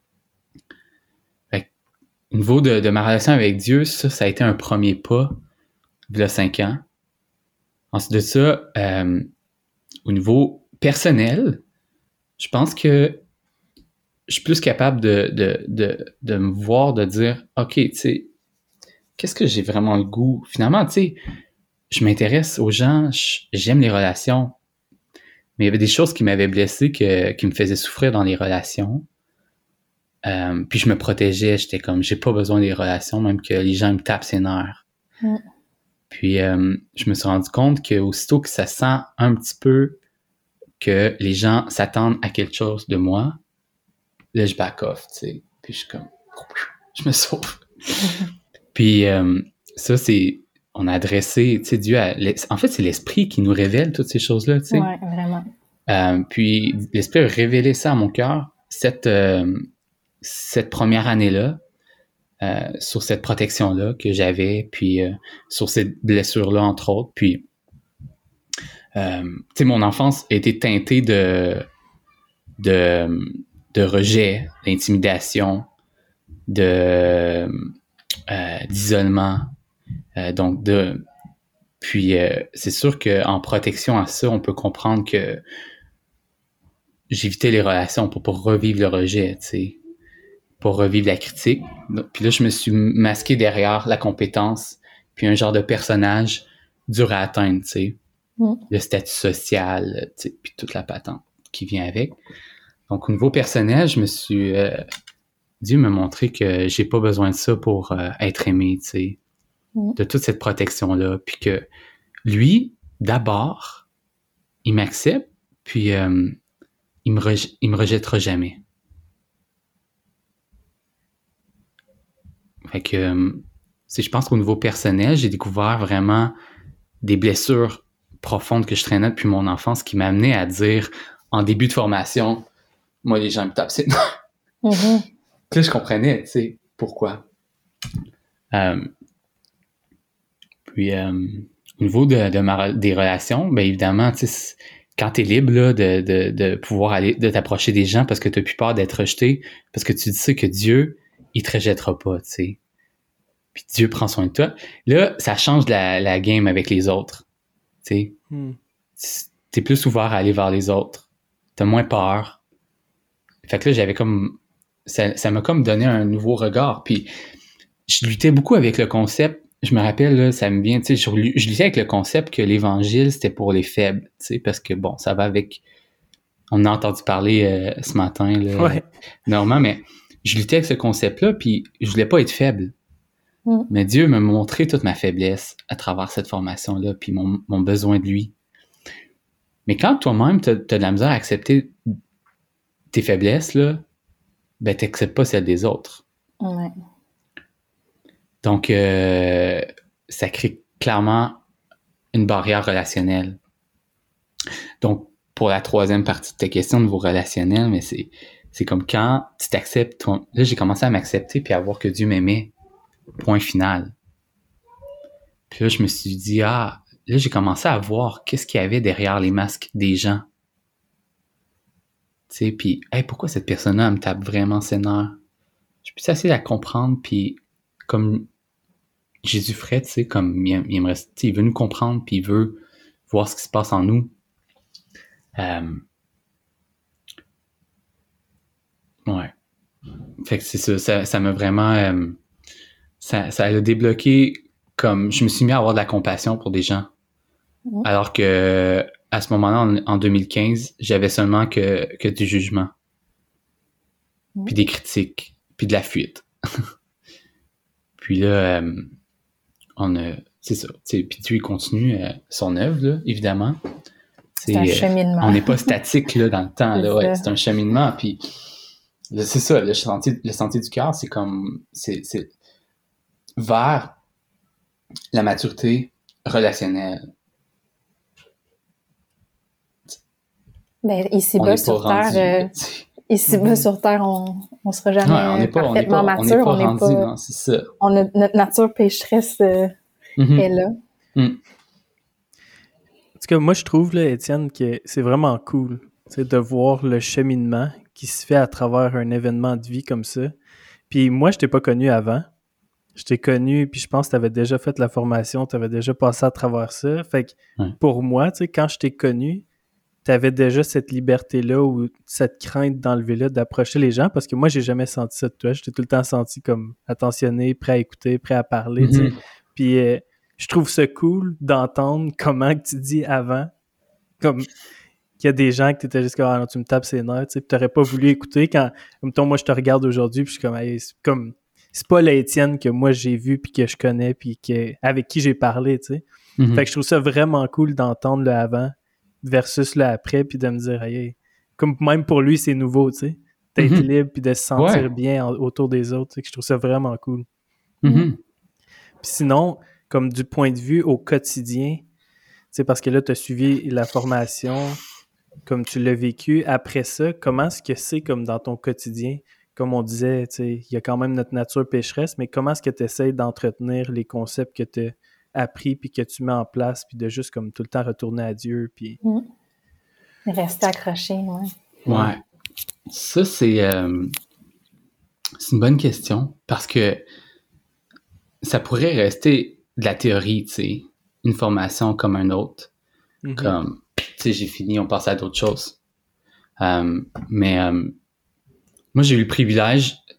Au niveau de, de ma relation avec Dieu, ça, ça a été un premier pas, il y a cinq ans. Ensuite de ça, euh, au niveau personnel, je pense que je suis plus capable de, de, de, de me voir, de dire, OK, tu sais, qu'est-ce que j'ai vraiment le goût? Finalement, tu sais, je m'intéresse aux gens, j'aime les relations, mais il y avait des choses qui m'avaient blessé, que, qui me faisaient souffrir dans les relations. Euh, puis je me protégeais, j'étais comme, j'ai pas besoin des relations, même que les gens me tapent ses nerfs. Mm. Puis euh, je me suis rendu compte que aussitôt que ça sent un petit peu que les gens s'attendent à quelque chose de moi, là je back off, tu sais. Puis je suis comme, je me sauve. Mm-hmm. Puis euh, ça c'est, on a adressé, tu sais, Dieu a, en fait c'est l'esprit qui nous révèle toutes ces choses-là, tu sais. Ouais, vraiment. Euh, puis l'esprit a révélé ça à mon cœur, cette euh, cette première année-là, euh, sur cette protection-là que j'avais, puis euh, sur cette blessure-là, entre autres. Puis, euh, tu sais, mon enfance a été teintée de, de, de rejet, d'intimidation, de, euh, d'isolement. Euh, donc, de... Puis, euh, c'est sûr qu'en protection à ça, on peut comprendre que j'évitais les relations pour pas revivre le rejet, tu sais. pour revivre la critique. Puis là, je me suis masqué derrière la compétence, puis un genre de personnage dur à atteindre, tu sais. Mm. Le statut social, tu sais, puis toute la patente qui vient avec. Donc, au niveau personnel, je me suis... Euh, Dieu m'a montré que j'ai pas besoin de ça pour euh, être aimé, tu sais. Mm. De toute cette protection-là. Puis que lui, d'abord, il m'accepte, puis euh, il me rej- il me rejettera jamais. Fait que, euh, je pense qu'au niveau personnel, j'ai découvert vraiment des blessures profondes que je traînais depuis mon enfance qui m'amenaient à dire, en début de formation, moi, les gens me tapent ses nerfs. Mm-hmm. Puis là, je comprenais, tu sais, pourquoi. Euh, puis, euh, au niveau de, de ma, des relations, bien évidemment, tu sais, quand t'es libre là, de, de, de pouvoir aller, de t'approcher des gens parce que t'as plus peur d'être rejeté, parce que tu sais que Dieu, il te rejettera pas, tu sais. Puis Dieu prend soin de toi. Là, ça change la, la game avec les autres, tu sais. Hmm. T'es plus ouvert à aller vers les autres. T'as moins peur. Fait que là, j'avais comme... Ça, ça m'a comme donné un nouveau regard. Puis je luttais beaucoup avec le concept. Je me rappelle, là, ça me vient, tu sais, je, je luttais avec le concept que l'évangile, c'était pour les faibles, tu sais, parce que, bon, ça va avec... On a entendu parler euh, ce matin, là, ouais. Normand, mais je luttais avec ce concept-là, puis je voulais pas être faible. Mm. Mais Dieu m'a montré toute ma faiblesse à travers cette formation-là, puis mon, mon besoin de lui. Mais quand toi-même, t'as, t'as de la misère à accepter tes faiblesses, là, ben, t'acceptes pas celles des autres. Ouais. Donc, euh, ça crée clairement une barrière relationnelle. Donc, pour la troisième partie de ta question, de vos relationnels, mais c'est, c'est comme quand tu t'acceptes, toi, là, j'ai commencé à m'accepter puis à voir que Dieu m'aimait. Point final. Puis là, je me suis dit, ah, là, j'ai commencé à voir qu'est-ce qu'il y avait derrière les masques des gens. Tu sais, puis, hey, pourquoi cette personne-là, elle me tape vraiment ses nerfs? Je suis plus assez à comprendre, puis comme Jésus ferait, tu sais, comme il, il aimerait, tu sais, il veut nous comprendre, puis il veut voir ce qui se passe en nous. Euh, ouais. Fait que c'est ça, ça, ça m'a vraiment, euh, ça, ça a débloqué, comme, je me suis mis à avoir de la compassion pour des gens. Mmh. Alors que, à ce moment-là, en, en deux mille quinze, j'avais seulement que, que du jugement. Mmh. Puis des critiques, puis de la fuite. Puis là, euh, on a, c'est ça, puis Dieu, il continue euh, son œuvre, là, évidemment. C'est un cheminement. On n'est pas statique là, dans le temps. Là, ouais, c'est un cheminement. Puis là, c'est ça, le sentier, le sentier du cœur, c'est comme c'est, c'est vers la maturité relationnelle. Ben, ici-bas sur Terre, euh, ici-bas mm-hmm. sur Terre, on ne sera jamais ouais, on est pas, parfaitement on est pas, mature. On n'est pas, on rendu, pas non, c'est ça. On a, notre nature pécheresse euh, mm-hmm. est là. Mm. En tout cas, moi, je trouve, là, Étienne, que c'est vraiment cool de voir le cheminement qui se fait à travers un événement de vie comme ça. Puis moi, je t'ai pas connu avant. Je t'ai connu, puis je pense que tu avais déjà fait la formation, tu avais déjà passé à travers ça. Fait que ouais. Pour moi, tu sais, quand je t'ai connu, tu avais déjà cette liberté-là ou cette crainte d'enlever-là, d'approcher les gens, parce que moi, j'ai jamais senti ça de toi. Je t'ai tout le temps senti comme attentionné, prêt à écouter, prêt à parler, mm-hmm. tu sais. Puis... Euh, je trouve ça cool d'entendre comment que tu dis avant, comme qu'il y a des gens que tu étais juste comme ah non, tu me tapes ses nerfs, tu sais, tu n'aurais pas voulu écouter quand, comme toi, moi je te regarde aujourd'hui, puis je suis comme, hey, c'est comme, c'est pas l'Étienne que moi j'ai vu, puis que je connais, puis que, avec qui j'ai parlé, tu sais. Mm-hmm. Fait que je trouve ça vraiment cool d'entendre le avant versus le après, puis de me dire, hey, comme même pour lui, c'est nouveau, tu sais, d'être mm-hmm. libre, puis de se sentir ouais. bien en, autour des autres, tu sais, que je trouve ça vraiment cool. Mm-hmm. Puis sinon, comme du point de vue au quotidien, tu sais, parce que là, tu as suivi la formation, comme tu l'as vécu. Après ça, comment est-ce que c'est comme dans ton quotidien? Comme on disait, tu sais, il y a quand même notre nature pécheresse, mais comment est-ce que tu essaies d'entretenir les concepts que tu as appris puis que tu mets en place, puis de juste comme tout le temps retourner à Dieu, puis... Mmh. Rester accroché, ouais. Ouais. Ça, c'est, euh, c'est une bonne question, parce que ça pourrait rester de la théorie, tu sais, une formation comme un autre. Mm-hmm. Comme, tu sais, j'ai fini, on passe à d'autres choses. Euh, mais euh, moi, j'ai eu le privilège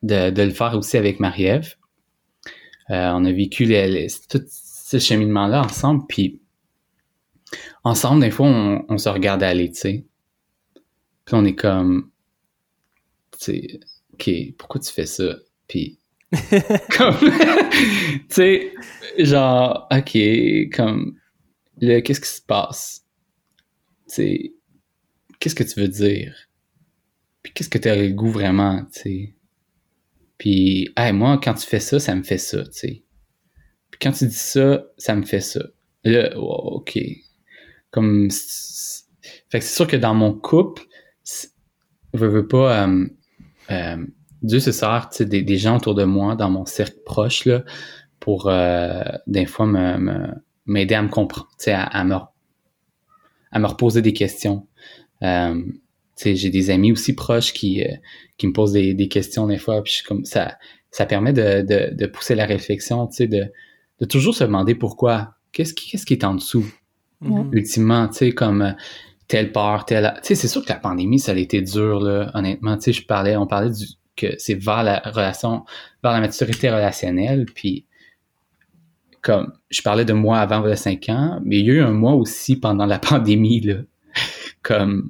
de, de le faire aussi avec Marie-Ève. Euh, on a vécu les, les, tout ce cheminement-là ensemble, puis ensemble, des fois, on, on se regarde aller, tu sais. Puis on est comme, tu sais, OK, pourquoi tu fais ça? Puis, comme, tu sais, genre, OK, comme, le, qu'est-ce qui se passe? Tu sais, qu'est-ce que tu veux dire? Puis qu'est-ce que tu as le goût vraiment, tu sais? Puis, hey, moi, quand tu fais ça, ça me fait ça, tu sais. Puis quand tu dis ça, ça me fait ça. Là, oh, OK. Comme, c'est... Fait que c'est sûr que dans mon couple, je veux pas, euh, euh, Dieu se sert, tu sais, des, des gens autour de moi, dans mon cercle proche, là, pour, euh, des fois, me, me, m'aider à me comprendre, tu sais, à, à me, à me reposer des questions. Euh, tu sais, j'ai des amis aussi proches qui, euh, qui me posent des, des questions des fois, puis je suis comme, ça, ça permet de, de, de pousser la réflexion, tu sais, de, de toujours se demander pourquoi, qu'est-ce qui, qu'est-ce qui est en dessous, mm-hmm. ultimement, tu sais, comme euh, telle peur, telle, tu sais, c'est sûr que la pandémie, ça a été dur, là, honnêtement, tu sais, je parlais, on parlait du, que c'est vers la relation, vers la maturité relationnelle, puis comme, je parlais de moi avant vingt cinq ans, mais il y a eu un mois aussi pendant la pandémie, là, comme,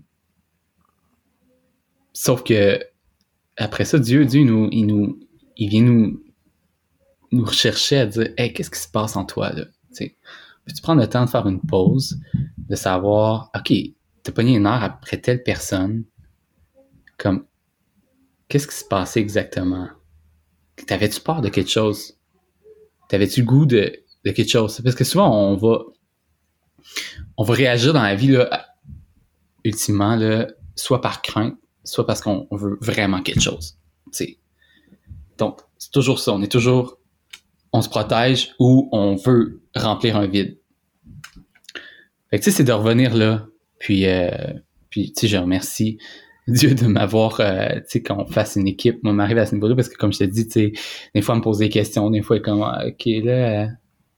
sauf que, après ça, Dieu, Dieu, il nous, il nous, il vient nous, nous rechercher à dire, hey, qu'est-ce qui se passe en toi, là? Tu sais, peux-tu prendre le temps de faire une pause, de savoir, OK, t'as pogné une heure après telle personne, comme, qu'est-ce qui se passait exactement? T'avais-tu peur de quelque chose? T'avais-tu le goût de, de quelque chose? Parce que souvent, on va, on va réagir dans la vie, là, ultimement, là, soit par crainte, soit parce qu'on veut vraiment quelque chose. T'sais. Donc, c'est toujours ça. On est toujours, on se protège ou on veut remplir un vide. Fait que tu sais, c'est de revenir là. Puis, euh, puis tu sais, je remercie Dieu de m'avoir, euh, tu sais, qu'on fasse une équipe. Moi, m'arrive à ce niveau-là parce que, comme je te dis, tu sais, des fois, elle me pose des questions. Des fois, elle est comme, OK, là, euh,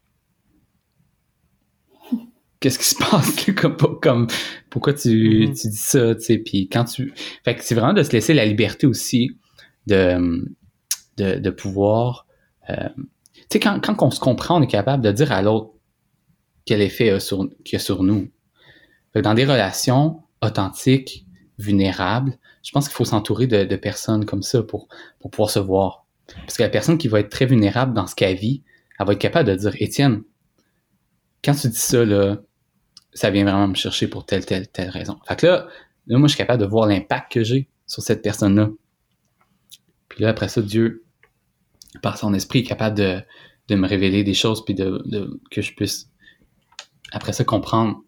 qu'est-ce qui se passe? Là, comme, comme, pourquoi tu, mm-hmm. tu dis ça? Tu sais, puis quand tu... Fait que c'est vraiment de se laisser la liberté aussi de, de, de pouvoir... Euh, tu sais, quand, quand on se comprend, on est capable de dire à l'autre quel effet il y a sur, qu'il y a sur nous. Fait que dans des relations authentiques, vulnérables, je pense qu'il faut s'entourer de, de personnes comme ça pour, pour pouvoir se voir. Parce que la personne qui va être très vulnérable dans ce qu'elle vit, elle va être capable de dire « Étienne, quand tu dis ça, là, ça vient vraiment me chercher pour telle, telle, telle raison. » Fait que là, là, moi, je suis capable de voir l'impact que j'ai sur cette personne-là. Puis là, après ça, Dieu, par son esprit, est capable de, de me révéler des choses puis de, de, que je puisse, après ça, comprendre.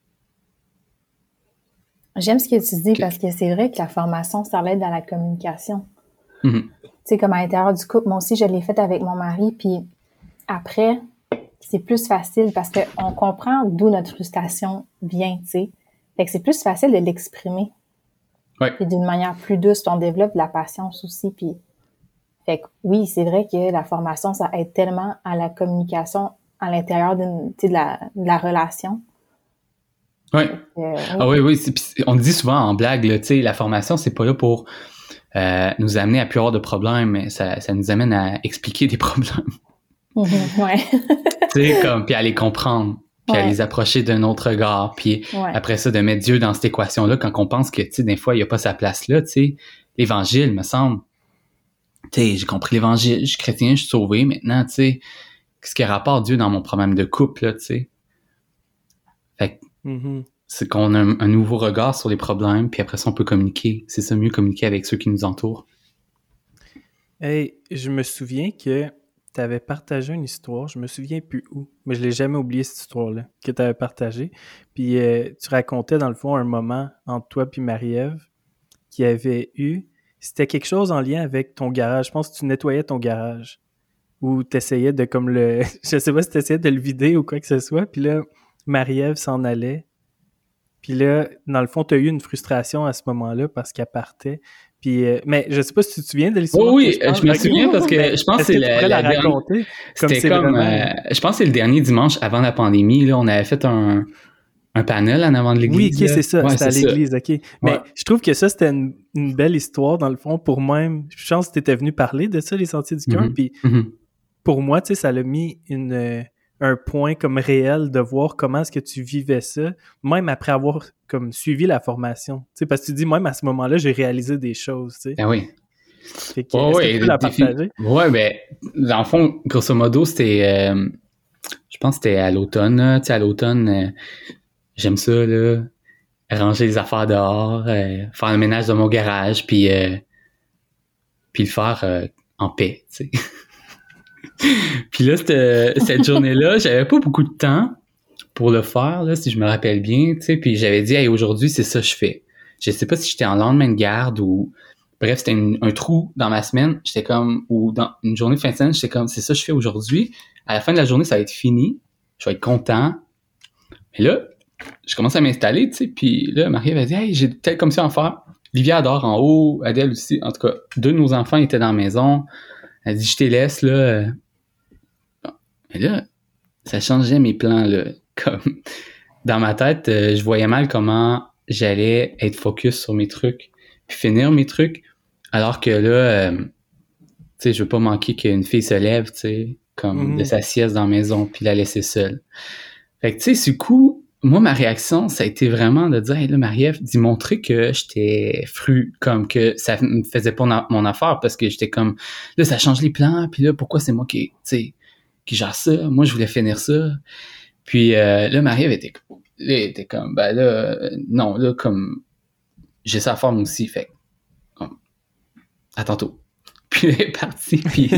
J'aime ce que tu dis okay. Parce que c'est vrai que la formation, ça l'aide dans la communication. Mm-hmm. Tu sais, comme à l'intérieur du couple, moi aussi, je l'ai fait avec mon mari, puis après... c'est plus facile parce qu'on comprend d'où notre frustration vient, tu sais. Fait que c'est plus facile de l'exprimer. Ouais. Puis d'une manière plus douce, puis on développe de la patience aussi. Puis, fait que oui, c'est vrai que la formation, ça aide tellement à la communication à l'intérieur d'une, tu sais, de la, de la relation. Ouais. Que, euh, ah oui, oui. C'est, on dit souvent en blague, là, tu sais, la formation, c'est pas là pour euh, nous amener à plus avoir de problèmes, mais ça, ça nous amène à expliquer des problèmes. Mmh, ouais. Tu sais, comme, puis à les comprendre, puis ouais. à les approcher d'un autre regard, puis ouais. après ça, de mettre Dieu dans cette équation-là quand on pense que, tu sais, des fois, il n'y a pas sa place là, tu sais. L'Évangile, me semble, tu sais, j'ai compris l'Évangile, je suis chrétien, je suis sauvé, maintenant, tu sais, qu'est-ce qui rapporte Dieu dans mon problème de couple, là, tu sais. Fait que, mm-hmm. c'est qu'on a un, un nouveau regard sur les problèmes, puis après ça, on peut communiquer. C'est ça, mieux communiquer avec ceux qui nous entourent. Hey, je me souviens que tu avais partagé une histoire, je me souviens plus où, mais je l'ai jamais oublié cette histoire-là, que tu avais partagée. Puis euh, tu racontais dans le fond un moment entre toi et Marie-Ève qui avait eu, c'était quelque chose en lien avec ton garage. Je pense que tu nettoyais ton garage ou tu essayais de comme le, je sais pas si tu essayais de le vider ou quoi que ce soit. Puis là, Marie-Ève s'en allait. Puis là, dans le fond, tu as eu une frustration à ce moment-là parce qu'elle partait. Puis, euh, mais je sais pas si tu te souviens de l'histoire. Oh oui, je, je me okay. souviens parce que je pense que c'est la, la, la raconter. C'était comme, comme vraiment... euh, je pense que c'est le dernier dimanche avant la pandémie. Là, on avait fait un, un panel en avant de l'église. Oui, ok, c'est ça, ouais, c'était c'est à l'église, ça. ok. Mais ouais. je trouve que ça, c'était une, une belle histoire, dans le fond, pour même... Je pense que tu étais venu parler de ça, les Sentiers du Cœur, mm-hmm. puis mm-hmm. pour moi, tu sais, ça l'a mis une, euh, un point comme réel de voir comment est-ce que tu vivais ça, même après avoir comme suivi la formation. Tu sais, parce que tu dis, même à ce moment-là, j'ai réalisé des choses, tu sais. Ah oui. Fait que, oh, est-ce oui, que tu peux la partager? Ouais, ben, dans le fond, grosso modo, c'était... Euh, je pense que c'était à l'automne, tu sais, à l'automne, euh, j'aime ça, là, ranger les affaires dehors, euh, faire le ménage de mon garage, puis, euh, puis le faire euh, en paix, tu sais. Puis là, cette, cette journée-là, j'avais pas beaucoup de temps pour le faire, là, si je me rappelle bien, tu sais, puis j'avais dit, hey, aujourd'hui, c'est ça que je fais. Je sais pas si j'étais en lendemain de garde ou... Bref, c'était une, un trou dans ma semaine. J'étais comme... Ou dans une journée de fin de semaine, j'étais comme, c'est ça que je fais aujourd'hui. À la fin de la journée, ça va être fini. Je vais être content. Mais là, je commence à m'installer, tu sais, puis là, Marie va dire, hey, j'ai telle commission à faire. Livia adore en haut, Adèle aussi. En tout cas, deux de nos enfants étaient dans la maison. Elle dit, je te laisse, là. Bon. Mais là, ça changeait mes plans, là. Comme, dans ma tête, euh, je voyais mal comment j'allais être focus sur mes trucs, puis finir mes trucs, alors que là, euh, tu sais, je veux pas manquer qu'une fille se lève, tu sais, comme mm-hmm. de sa sieste dans la maison, puis la laisser seule. Fait que, tu sais, du coup, moi, ma réaction, ça a été vraiment de dire, hey, là, Marie-Ève, d'y montrer que j'étais fru, comme que ça me faisait pas na- mon affaire, parce que j'étais comme, là, ça change les plans, puis là, pourquoi c'est moi qui, tu sais, qui gère ça? Moi, je voulais finir ça. Puis euh, là, Marie-Ève était, là, était comme, ben là, euh, non, là, comme, j'ai ça à faire moi aussi, fait comme, à tantôt. Puis elle est partie, puis,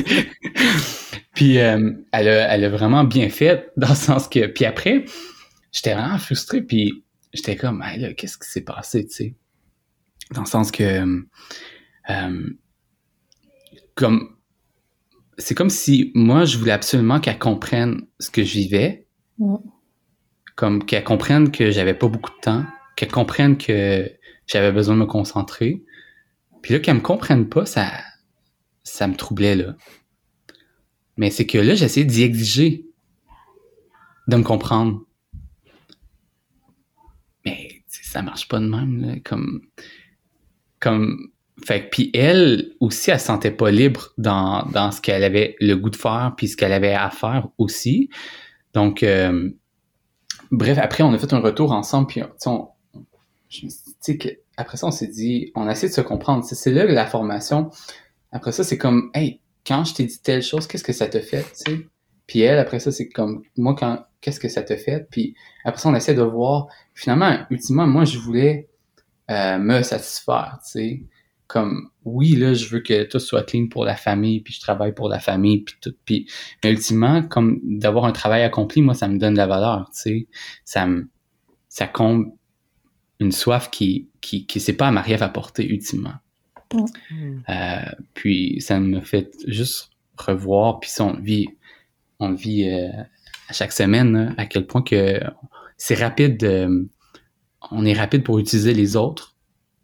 puis euh, elle, a, elle a vraiment bien fait, dans le sens que, puis après, j'étais vraiment frustré, puis j'étais comme, hey, là, qu'est-ce qui s'est passé, tu sais? Dans le sens que, euh, comme, c'est comme si moi, je voulais absolument qu'elle comprenne ce que je vivais, mm. comme qu'elle comprenne que j'avais pas beaucoup de temps, qu'elle comprenne que j'avais besoin de me concentrer. Puis là, qu'elle me comprenne pas, ça, ça me troublait, là. Mais c'est que là, j'essayais d'y exiger de me comprendre. Mais ça marche pas de même, là. Comme, comme, fait que, puis elle aussi, elle se sentait pas libre dans, dans ce qu'elle avait le goût de faire, puis ce qu'elle avait à faire aussi. Donc, euh, bref, après, on a fait un retour ensemble, puis, tu sais, on, je me suis dit, tu sais, que, après ça, on s'est dit, on a essayé de se comprendre. C'est, c'est là que la formation, après ça, c'est comme, hey, quand je t'ai dit telle chose, qu'est-ce que ça te fait, tu sais? Puis elle, après ça, c'est comme, moi, quand, qu'est-ce que ça te fait? Puis après ça, on essaie de voir, finalement, ultimement, moi, je voulais euh, me satisfaire, tu sais? Comme, oui, là, je veux que tout soit clean pour la famille, puis je travaille pour la famille, puis tout, puis, mais ultimement, comme d'avoir un travail accompli, moi, ça me donne de la valeur, tu sais? Ça me, ça comble une soif qui, qui, qui c'est pas à Marie-Ève apporter, ultimement. Mm. Euh, puis ça me fait juste revoir, puis on le vit, on le vit euh, à chaque semaine, là, à quel point que c'est rapide, euh, on est rapide pour utiliser les autres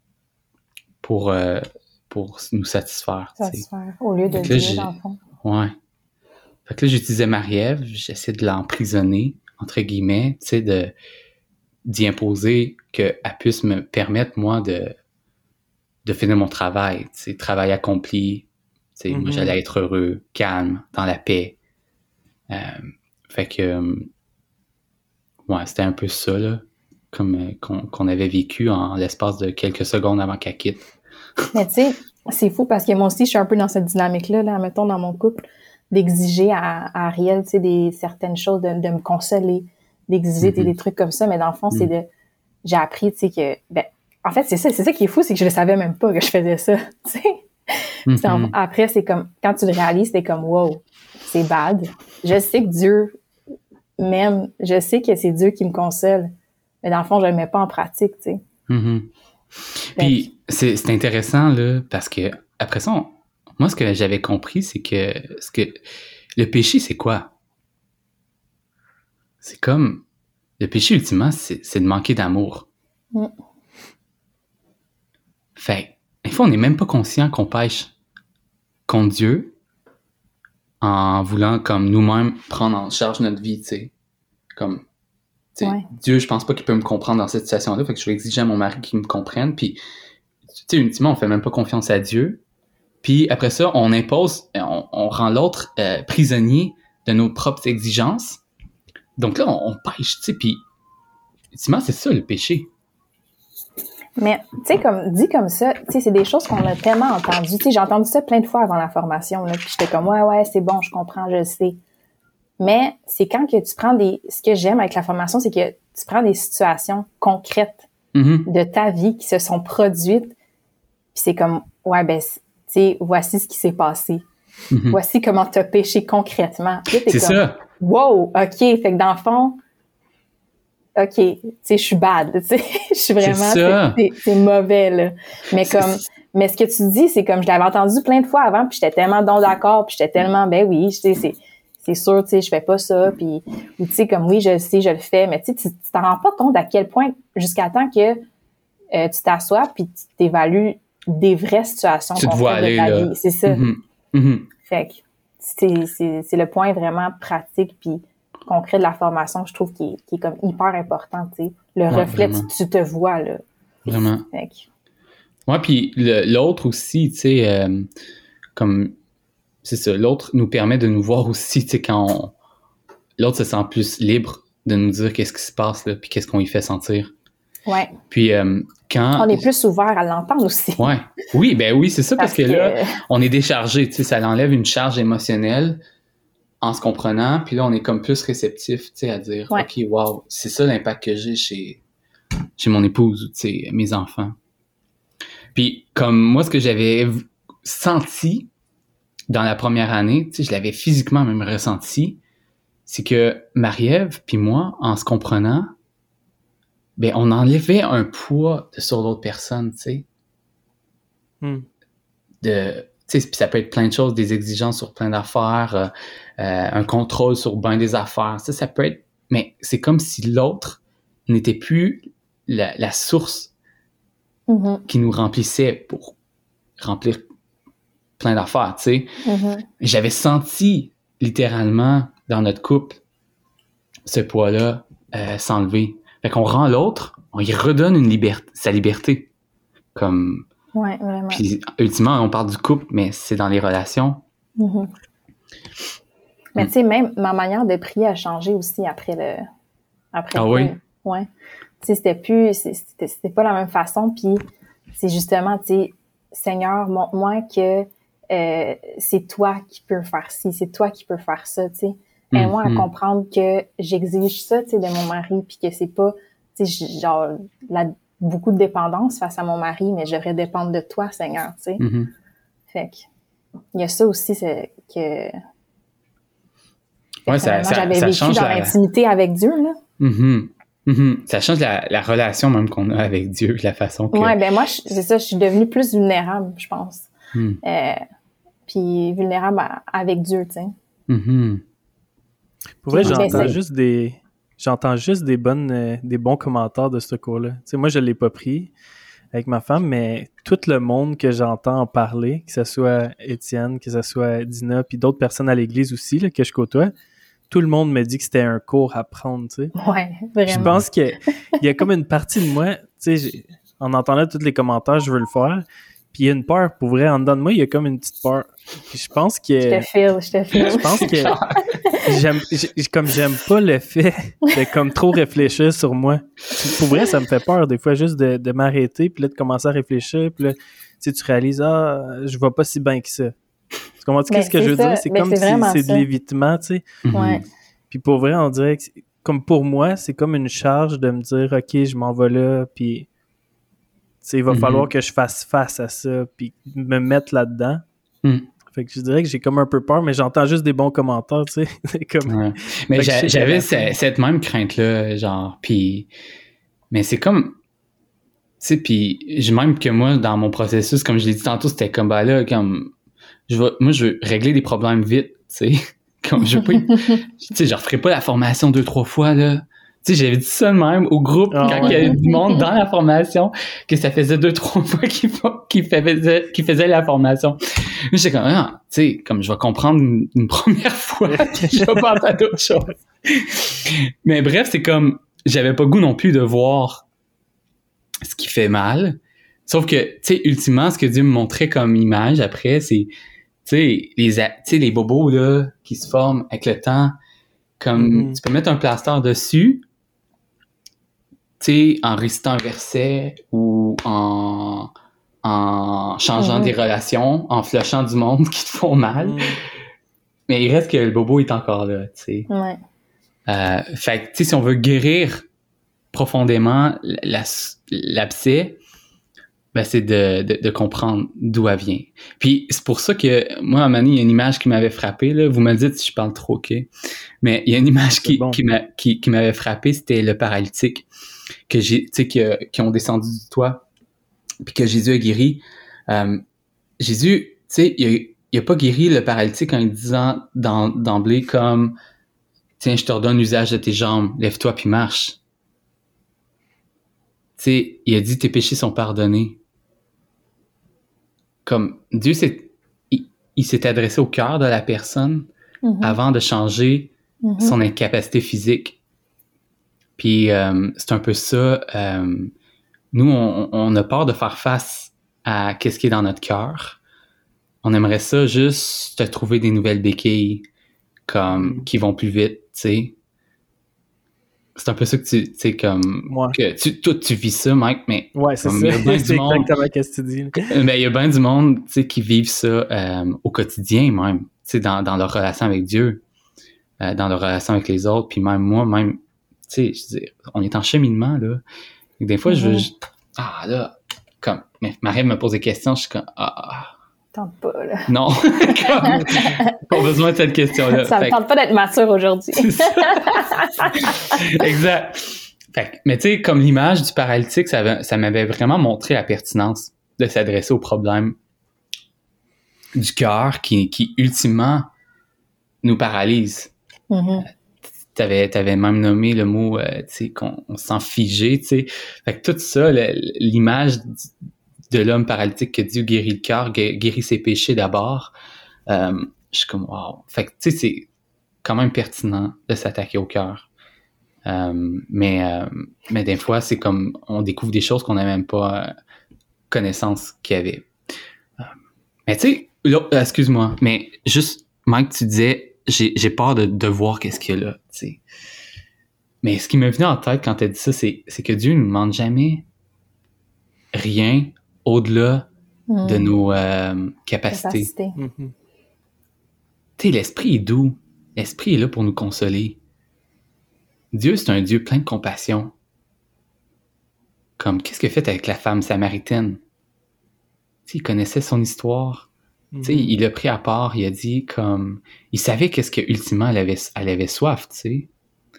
pour, euh, pour nous satisfaire. Satisfaire, au lieu de dire dans le fond. Ouais. Fait que là, j'utilisais Marie-Ève, j'essaie de l'emprisonner, entre guillemets, tu sais, de, d'y imposer qu'elle puisse me permettre, moi, de de finir mon travail, tu sais, travail accompli, tu sais, mm-hmm. moi, j'allais être heureux, calme, dans la paix. Euh, fait que, euh, ouais, c'était un peu ça, là, comme euh, qu'on, qu'on avait vécu en l'espace de quelques secondes avant qu'elle quitte. Mais tu sais, c'est fou parce que moi aussi, je suis un peu dans cette dynamique-là, là, mettons, dans mon couple, d'exiger à, à Ariel, tu sais, des certaines choses, de, de me consoler, d'exiger mm-hmm. des, des trucs comme ça, mais dans le fond, mm-hmm. c'est de, j'ai appris, tu sais, que, ben, en fait, c'est ça, c'est ça qui est fou, c'est que je ne savais même pas que je faisais ça, tu sais. Mm-hmm. Après, c'est comme, quand tu le réalises, c'est comme, wow, c'est bad. Je sais que Dieu m'aime, je sais que c'est Dieu qui me console, mais dans le fond, je ne le mets pas en pratique, tu sais. Mm-hmm. Puis, c'est, c'est intéressant, là, parce que, après ça, on, moi, ce que j'avais compris, c'est que, ce que le péché, c'est quoi? C'est comme, le péché, ultimement, c'est, c'est de manquer d'amour. Mm. Fait, des fois, on n'est même pas conscient qu'on pêche contre Dieu en voulant, comme nous-mêmes, prendre en charge notre vie, tu sais. Comme, tu Ouais. Dieu, je pense pas qu'il peut me comprendre dans cette situation-là, fait que je vais exiger à mon mari qu'il me comprenne, puis, tu sais, ultimement, on fait même pas confiance à Dieu, puis après ça, on impose, on, on rend l'autre euh, prisonnier de nos propres exigences, donc là, on, on pêche, tu sais, puis, ultimement, c'est ça, le péché. Mais, tu sais, comme, dit comme ça, tu sais, c'est des choses qu'on a tellement entendues, tu sais, j'ai entendu ça plein de fois avant la formation, là, puis j'étais comme, ouais, ouais, c'est bon, je comprends, je le sais. Mais c'est quand que tu prends des... Ce que j'aime avec la formation, c'est que tu prends des situations concrètes mm-hmm. de ta vie qui se sont produites. Puis c'est comme, ouais, ben, tu sais, voici ce qui s'est passé. Mm-hmm. Voici comment tu as péché concrètement. Puis là, t'es c'est comme, ça. Wow, OK. Fait que dans le fond, OK, tu sais, je suis bad. Tu sais, je suis vraiment... C'est, c'est, c'est mauvais, là. Mais comme... Mais ce que tu dis, c'est comme je l'avais entendu plein de fois avant, puis j'étais tellement donc d'accord, puis j'étais tellement, ben oui, tu sais, c'est... c'est sûr, tu sais, je fais pas ça, puis ou tu sais, comme oui, je le sais, je le fais, mais tu sais, tu t'en rends pas compte à quel point, jusqu'à temps que euh, tu t'assois puis tu t'évalues des vraies situations tu te concrètes vois aller, de ta là. vie. C'est ça. Mm-hmm. Mm-hmm. Fait que c'est, c'est, c'est le point vraiment pratique puis concret de la formation, je trouve, qui est, qui est comme hyper important, tu sais. Le ouais, reflet, tu, vraiment. tu te vois, là. Vraiment. Fait que... Ouais, puis le, l'autre aussi, tu sais, euh, comme... C'est ça, l'autre nous permet de nous voir aussi, tu sais, quand on... l'autre se sent plus libre de nous dire qu'est-ce qui se passe, là, puis qu'est-ce qu'on y fait sentir. Ouais. Puis euh, quand... On est plus ouvert à l'entendre aussi. Ouais. Oui, ben oui, c'est ça, parce, parce que, que là, euh... on est déchargé, tu sais, ça enlève une charge émotionnelle en se comprenant, puis là, on est comme plus réceptif, tu sais, à dire, ouais. OK, wow, c'est ça l'impact que j'ai chez, chez mon épouse, tu sais, mes enfants. Puis comme moi, ce que j'avais senti dans la première année, tu sais, je l'avais physiquement même ressenti, c'est que Marie-Ève puis moi, en se comprenant, ben on enlevait un poids de sur l'autre personne, tu sais. Hmm. De, tu sais, puis ça peut être plein de choses, des exigences sur plein d'affaires, euh, euh, un contrôle sur bien des affaires, ça, ça peut être, mais c'est comme si l'autre n'était plus la, la source mm-hmm. qui nous remplissait pour remplir plein d'affaires, tu sais. Mm-hmm. J'avais senti littéralement dans notre couple ce poids-là euh, s'enlever. Fait qu'on rend l'autre, on y redonne une liberté, sa liberté. Comme... Ouais, vraiment. Puis ultimement, on parle du couple, mais c'est dans les relations. Mm-hmm. Mais mm. tu sais, même ma manière de prier a changé aussi après le... Après ah le oui? Ouais. Tu sais, c'était plus... C'était, c'était pas la même façon, puis c'est justement, tu sais, Seigneur, montre-moi que Euh, c'est toi qui peux faire ci, c'est toi qui peux faire ça, tu sais. Aide-moi mm-hmm. à comprendre que j'exige ça, tu sais, de mon mari, puis que c'est pas, tu sais, genre, la, beaucoup de dépendance face à mon mari, mais je devrais dépendre de toi, Seigneur, tu sais. Mm-hmm. Fait que, il y a ça aussi, c'est que... Ouais, ça, ça, j'avais ça vécu change dans la... l'intimité avec Dieu, là. Mm-hmm. Mm-hmm. Ça change la, la relation même qu'on a avec Dieu, la façon que... Ouais, ben moi, je, c'est ça, je suis devenue plus vulnérable, je pense. Mm. Euh, puis vulnérable à, avec Dieu, tu sais. Mm-hmm. Pour vrai, j'entends juste des j'entends juste des bonnes euh, des bons commentaires de ce cours-là. Tu sais, moi, je l'ai pas pris avec ma femme, mais tout le monde que j'entends en parler, que ce soit Étienne, que ce soit Dina, puis d'autres personnes à l'église aussi, là, que je côtoie, tout le monde me dit que c'était un cours à prendre, tu sais. Ouais, vraiment. Je pense qu'il y a comme une partie de moi, tu sais, en entendant tous les commentaires, je veux le faire. Puis il y a une peur, pour vrai, en dedans de moi, il y a comme une petite peur. Puis je pense que... Je te file, je te file. Je pense que j'aime, j'ai, comme j'aime pas le fait de comme trop réfléchir sur moi. Pour vrai, ça me fait peur des fois juste de, de m'arrêter, puis là de commencer à réfléchir, puis là, tu sais, tu réalises, ah, je vais pas si bien que ça. Tu comprends -tu qu'est-ce que je veux ça. dire? C'est ben, comme c'est si c'est ça. de l'évitement, tu sais. Ouais. Puis pour vrai, on dirait que, comme pour moi, c'est comme une charge de me dire, OK, je m'en vais là, puis... il va mm-hmm. falloir que je fasse face à ça puis me mettre là-dedans. Mm. Fait que je dirais que j'ai comme un peu peur, mais j'entends juste des bons commentaires, tu sais. comme... ouais. Mais j'a- j'avais cette, cette même crainte-là, genre, puis... Mais c'est comme... Tu sais, puis même que moi, dans mon processus, comme je l'ai dit tantôt, c'était comme, bah là, comme... Je vais, moi, je veux régler des problèmes vite, tu sais. Comme, je veux pas... tu sais, je referai pas la formation deux, trois fois, là. Tu sais, j'avais dit ça de même au groupe oh, quand il ouais. y avait du monde dans la formation, que ça faisait deux, trois fois qu'ils qu faisaient, qu faisaient la formation. J'étais comme, ah, tu sais, comme je vais comprendre une, une première fois, je vais passer à d'autres choses. Mais bref, c'est comme, j'avais pas goût non plus de voir ce qui fait mal. Sauf que, tu sais, ultimement, ce que Dieu me montrait comme image après, c'est, tu sais, les, tu sais, les bobos, là, qui se forment avec le temps, comme, mm-hmm. tu peux mettre un plaster dessus, tu sais, en récitant un verset ou en, en changeant mm-hmm. des relations, en flushant du monde qui te font mal. Mm-hmm. Mais il reste que le bobo est encore là, tu sais. Ouais. Euh, fait que, tu sais, si on veut guérir profondément la, l'abcès, ben c'est de, de, de comprendre d'où elle vient. Puis c'est pour ça que, moi, à un moment donné, il y a une image qui m'avait frappé, là. Vous me le dites si je parle trop, OK? Mais il y a une image qui, bon. qui, m'a, qui, qui m'avait frappé, c'était le paralytique, que j'ai, tu sais, qui, qui ont descendu du toit, puis que Jésus a guéri. Euh, Jésus, tu sais, il a, il a pas guéri le paralytique en lui disant d'en, d'emblée comme « Tiens, je te redonne l'usage de tes jambes, lève-toi puis marche. » Tu sais, il a dit « Tes péchés sont pardonnés. » Comme Dieu s'est, il, il s'est adressé au cœur de la personne mm-hmm. avant de changer mm-hmm. son incapacité physique. Puis euh, c'est un peu ça. Euh, nous, on, on a peur de faire face à qu'est-ce qui est dans notre cœur. On aimerait ça juste te trouver des nouvelles béquilles comme qui vont plus vite, tu sais. C'est un peu ça que tu sais, comme ouais. que tu, toi tu vis ça, Mike, mais ouais, c'est comme, ça. Il y a bien c'est du monde, exactement ce que tu dis. Mais il y a bien du monde, tu sais, qui vivent ça euh, au quotidien même, tu sais, dans, dans leur relation avec Dieu, euh, dans leur relation avec les autres, puis même moi, même, tu sais, je veux dire, on est en cheminement là. Et des fois, mm-hmm. je veux, je, ah là, comme, mais Marie me pose des questions, je suis comme ah. Tente pas, là. Non. Pas besoin de cette question-là. Ça me fait tente que... pas d'être mature aujourd'hui. Exact. Fait que, mais tu sais, comme l'image du paralytique, ça, avait, ça m'avait vraiment montré la pertinence de s'adresser au problème du cœur qui, qui, ultimement, nous paralyse. Mm-hmm. T'avais, t'avais même nommé le mot, euh, tu sais, qu'on on se sent figé, tu sais. Fait que tout ça, le, l'image de l'homme paralytique que Dieu guérit le cœur, guérit ses péchés d'abord. Euh, je suis comme, wow. Fait que, tu sais, c'est quand même pertinent de s'attaquer au cœur. Euh, mais, euh, mais des fois, c'est comme, on découvre des choses qu'on n'a même pas euh, connaissance qu'il y avait. Euh, mais tu sais, là, excuse-moi, mais juste, Mike, tu disais, j'ai, j'ai peur de, de voir qu'est-ce qu'il y a là, tu sais. Mais ce qui m'est venu en tête quand tu as dit ça, c'est, c'est que Dieu ne nous demande jamais rien au-delà mmh. de nos euh, capacités. Capacité. Mm-hmm. Tu sais, l'esprit est doux. L'esprit est là pour nous consoler. Dieu, c'est un Dieu plein de compassion. Comme, qu'est-ce qu'il a fait avec la femme samaritaine? Tu sais, il connaissait son histoire. Mm-hmm. Tu sais, il l'a pris à part. Il a dit, comme... Il savait qu'est-ce que, ultimement, elle avait, elle avait soif, tu sais.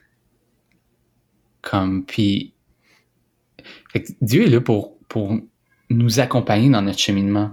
Comme, puis... Fait que Dieu est là pour... pour nous accompagner dans notre cheminement.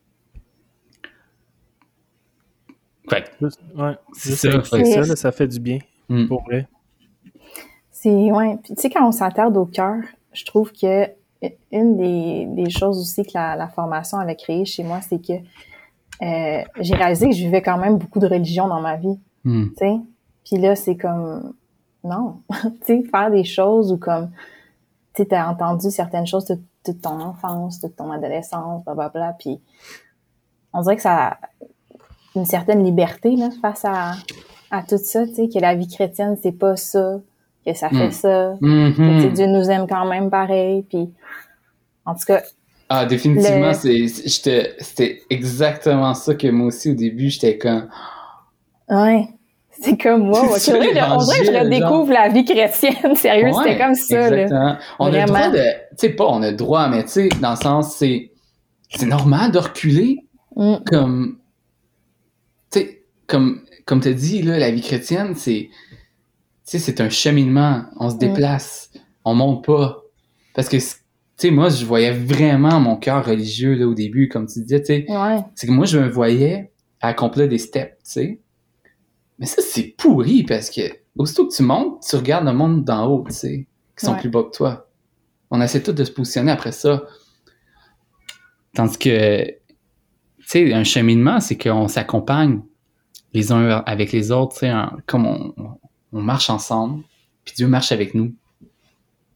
Fait que, ouais, c'est ça, ça. Fait ça là, ça fait du bien, mm. pour vrai. C'est, ouais. Puis, tu sais, quand on s'attarde au cœur, je trouve que une des, des choses aussi que la, la formation avait créé chez moi, c'est que euh, j'ai réalisé que je vivais quand même beaucoup de religion dans ma vie. Mm. Tu sais? Puis là, c'est comme, non. Tu sais, faire des choses ou comme, tu sais, t'as entendu certaines choses toute, toute ton enfance, toute ton adolescence, blablabla, puis on dirait que ça a une certaine liberté, là, face à, à tout ça, tu sais, que la vie chrétienne, c'est pas ça, que ça fait mm. ça, mm-hmm. que, tu sais, Dieu nous aime quand même pareil, puis en tout cas... Ah, définitivement, le... c'est, j'étais, c'était exactement ça que moi aussi, au début, j'étais comme... Ouais. C'est comme moi. Ouais. C'est vrai, on dirait que je redécouvre genre... la vie chrétienne. Sérieux, ouais, c'était comme ça. Exactement. Là. On Vraiment. a le droit de... Tu sais, pas on a le droit, mais tu sais, dans le sens, c'est... C'est normal de reculer. Mm. Comme... Tu sais, comme, comme tu as dit, là, la vie chrétienne, c'est... Tu sais, c'est un cheminement. On se déplace. Mm. On monte pas. Parce que... Tu sais, moi, je voyais vraiment mon cœur religieux, là, au début, comme tu disais, tu sais. Ouais. C'est que moi, je me voyais accomplir des steps, tu sais. Mais ça, c'est pourri parce que aussitôt que tu montes, tu regardes le monde d'en haut, tu sais, qui sont ouais. plus bas que toi. On essaie tous de se positionner après ça. Tandis que, tu sais, un cheminement, c'est qu'on s'accompagne les uns avec les autres, tu sais, comme on, on marche ensemble, puis Dieu marche avec nous.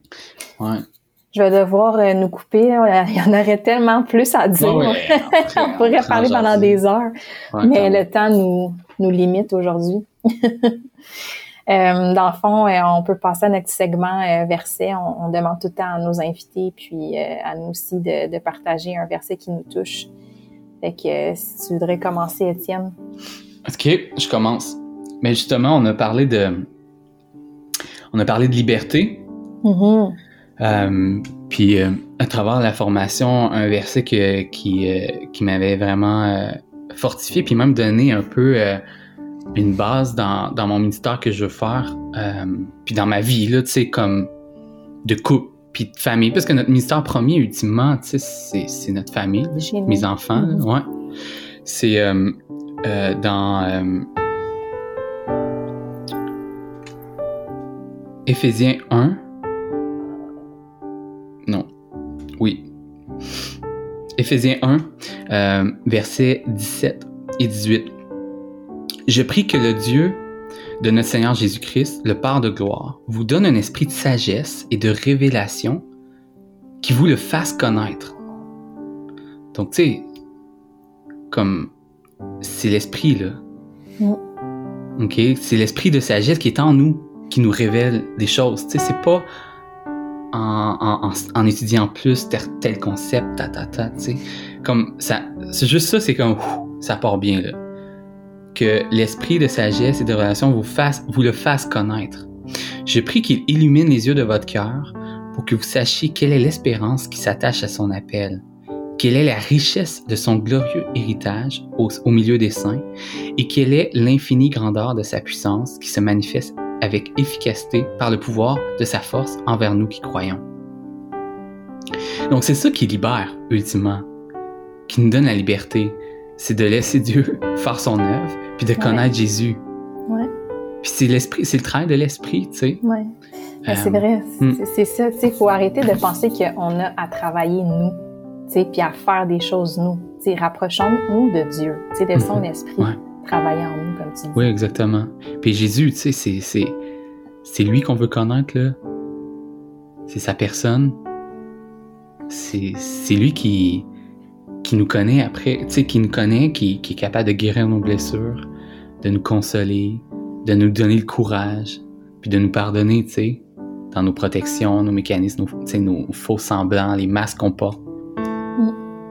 Ouais. Je vais devoir euh, nous couper. Là. Il y en aurait tellement plus à dire. Ouais, ouais, après, on pourrait on parler pendant des heures. Ouais, mais le temps nous, nous limite aujourd'hui. Euh, dans le fond, euh, on peut passer à notre segment euh, verset. On, on demande tout le temps à nos invités, puis euh, à nous aussi de, de partager un verset qui nous touche. Fait que euh, si tu voudrais commencer, Étienne. OK, je commence. Mais justement, on a parlé de, on a parlé de liberté. Mm-hmm. Euh, puis euh, à travers la formation, un verset que, qui, euh, qui m'avait vraiment euh, fortifié, puis même donné un peu euh, une base dans, dans mon ministère que je veux faire, euh, puis dans ma vie, là, tu sais, comme de couple, puis de famille, parce que notre ministère premier, ultimement, tu sais, c'est, c'est notre famille, là, mes enfants, mm-hmm. là, ouais. C'est euh, euh, dans euh, Éphésiens un, non, oui, Éphésiens un, euh, versets dix-sept et dix-huit. Je prie que le Dieu de notre Seigneur Jésus-Christ, le Père de gloire, vous donne un esprit de sagesse et de révélation qui vous le fasse connaître. Donc, tu sais, comme, c'est l'esprit, là. Mm. OK? C'est l'esprit de sagesse qui est en nous, qui nous révèle des choses. Tu sais, c'est pas en, en, en, en étudiant plus tel, tel concept, ta, ta, ta, tu sais. Comme, ça, c'est juste ça, c'est comme, ouf, ça part bien, là. Que l'esprit de sagesse et de révélation vous, fasse, vous le fasse connaître. Je prie qu'il illumine les yeux de votre cœur pour que vous sachiez quelle est l'espérance qui s'attache à son appel, quelle est la richesse de son glorieux héritage au, au milieu des saints et quelle est l'infinie grandeur de sa puissance qui se manifeste avec efficacité par le pouvoir de sa force envers nous qui croyons. Donc c'est ça qui libère, ultimement, qui nous donne la liberté. C'est de laisser Dieu faire son œuvre, puis de connaître ouais. Jésus. Ouais. Puis c'est l'esprit, c'est le travail de l'esprit, tu sais. Ouais. Ben, euh, c'est vrai, hmm. c'est, c'est ça, tu sais, il faut arrêter de penser qu'on a à travailler nous, tu sais, puis à faire des choses nous. Tu sais, rapprochons-nous de Dieu, tu sais, de son mm-hmm. esprit, ouais. travailler en nous, comme tu dis. Oui, exactement. Puis Jésus, tu sais, c'est, c'est, c'est lui qu'on veut connaître, là. C'est sa personne. C'est, c'est lui qui... qui nous connaît après, tu sais, qui nous connaît, qui, qui est capable de guérir nos blessures, de nous consoler, de nous donner le courage, puis de nous pardonner, tu sais, dans nos protections, nos mécanismes, nos, tu sais, nos faux semblants, les masques qu'on porte. Mm.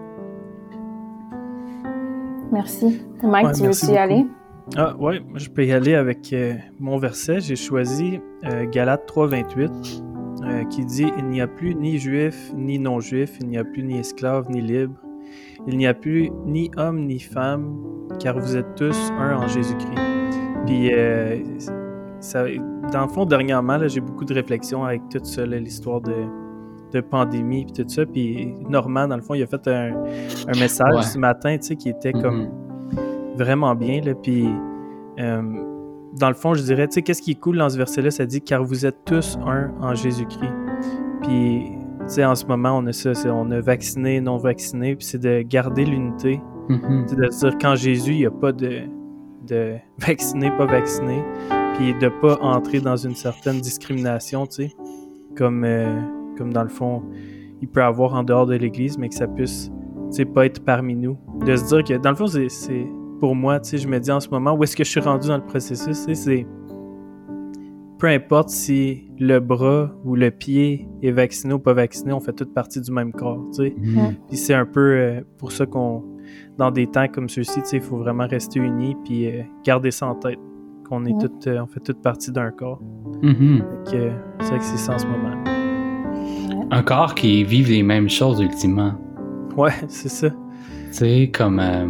Merci. Mike, ouais, tu veux-tu y aller? Ah ouais, je peux y aller avec euh, mon verset. J'ai choisi euh, Galates trois vingt-huit. Euh, qui dit « Il n'y a plus ni juif, ni non-juif, il n'y a plus ni esclave, ni libre. Il n'y a plus ni homme, ni femme, car vous êtes tous un en Jésus-Christ. » Puis, euh, ça, dans le fond, dernièrement, là, j'ai beaucoup de réflexions avec tout ça, là, l'histoire de, de pandémie, puis tout ça. Puis, Normand, dans le fond, il a fait un, un message ouais. ce matin, tu sais, qui était comme mm-hmm. vraiment bien, là. Puis, euh, dans le fond, je dirais, tu sais, qu'est-ce qui est cool dans ce verset-là? Ça dit « Car vous êtes tous un en Jésus-Christ. » Puis, tu sais, en ce moment, on a ça, c'est, on a vacciné, non vacciné, puis c'est de garder l'unité. Mm-hmm. C'est de dire qu'en Jésus, il n'y a pas de, de vacciné, pas vacciné, puis de pas entrer dans une certaine discrimination, tu sais, comme, euh, comme dans le fond, il peut avoir en dehors de l'Église, mais que ça puisse, tu sais, pas être parmi nous. De se dire que, dans le fond, c'est, c'est pour moi, tu sais, je me dis en ce moment, où est-ce que je suis rendu dans le processus, tu sais, c'est peu importe si le bras ou le pied est vacciné ou pas vacciné, on fait toute partie du même corps, tu sais. Mmh. Puis c'est un peu euh, pour ça qu'on, dans des temps comme ceux-ci, tu sais, il faut vraiment rester unis puis euh, garder ça en tête, qu'on est mmh. toutes, euh, on fait toute partie d'un corps. Mmh. Donc, euh, c'est vrai que c'est ça en ce moment. Un corps qui vive les mêmes choses, ultimement. Ouais, c'est ça. Tu sais, comme... Euh...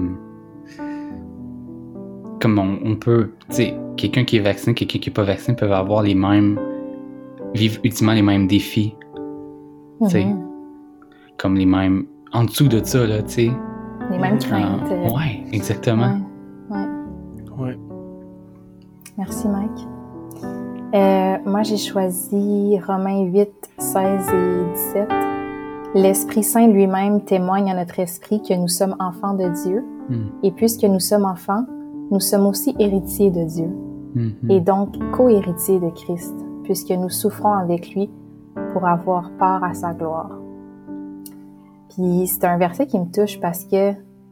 Comme on, on peut, tu sais, quelqu'un qui est vacciné, quelqu'un qui n'est pas vacciné peuvent avoir les mêmes, vivre ultimement les mêmes défis, tu sais, mm-hmm. comme les mêmes, en dessous de ça, là, tu sais. Les mêmes craintes. Euh, ouais, exactement. Ouais, ouais. ouais. Merci, Mike. Euh, moi, j'ai choisi Romains huit, seize et dix-sept. L'Esprit Saint lui-même témoigne à notre esprit que nous sommes enfants de Dieu, mm. et puisque nous sommes enfants, nous sommes aussi héritiers de Dieu, mm-hmm. et donc co-héritiers de Christ, puisque nous souffrons avec lui pour avoir part à sa gloire. Puis c'est un verset qui me touche parce que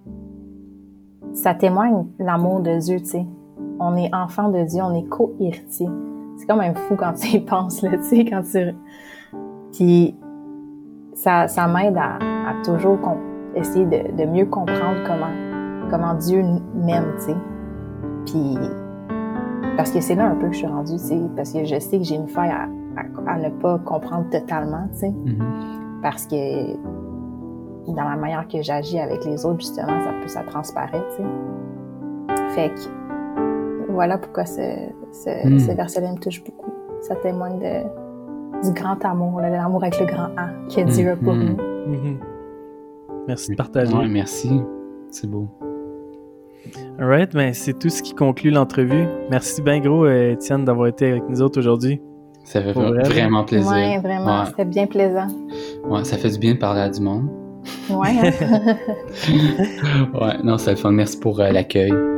ça témoigne l'amour de Dieu, tu sais. On est enfant de Dieu, on est co-héritier. C'est quand même fou quand tu y penses, là, tu sais, quand tu... Puis ça, ça m'aide à, à toujours com- essayer de, de mieux comprendre comment, comment Dieu m'aime, tu sais. Puis parce que c'est là un peu que je suis rendue, tu sais, parce que je sais que j'ai une faille à, à, à ne pas comprendre totalement, tu sais. Mm-hmm. Parce que dans la manière que j'agis avec les autres, justement, ça peut, ça transparaît, tu sais. Fait que, voilà pourquoi ce, ce, mm. ce verset-là me touche beaucoup. Ça témoigne de, du grand amour, là, de l'amour avec le grand A que mm. Dieu a pour mm. nous. Mm-hmm. Merci de partager. Ouais, merci. C'est beau. All right, ben, c'est tout ce qui conclut l'entrevue. Merci bien gros, Étienne, d'avoir été avec nous autres aujourd'hui. Ça fait vraiment, vraiment plaisir. Oui, vraiment, ouais. C'était bien plaisant. Ouais, ça fait du bien de parler à du monde. Ouais. Hein? Ouais, non, c'est le fun. Merci pour euh, l'accueil.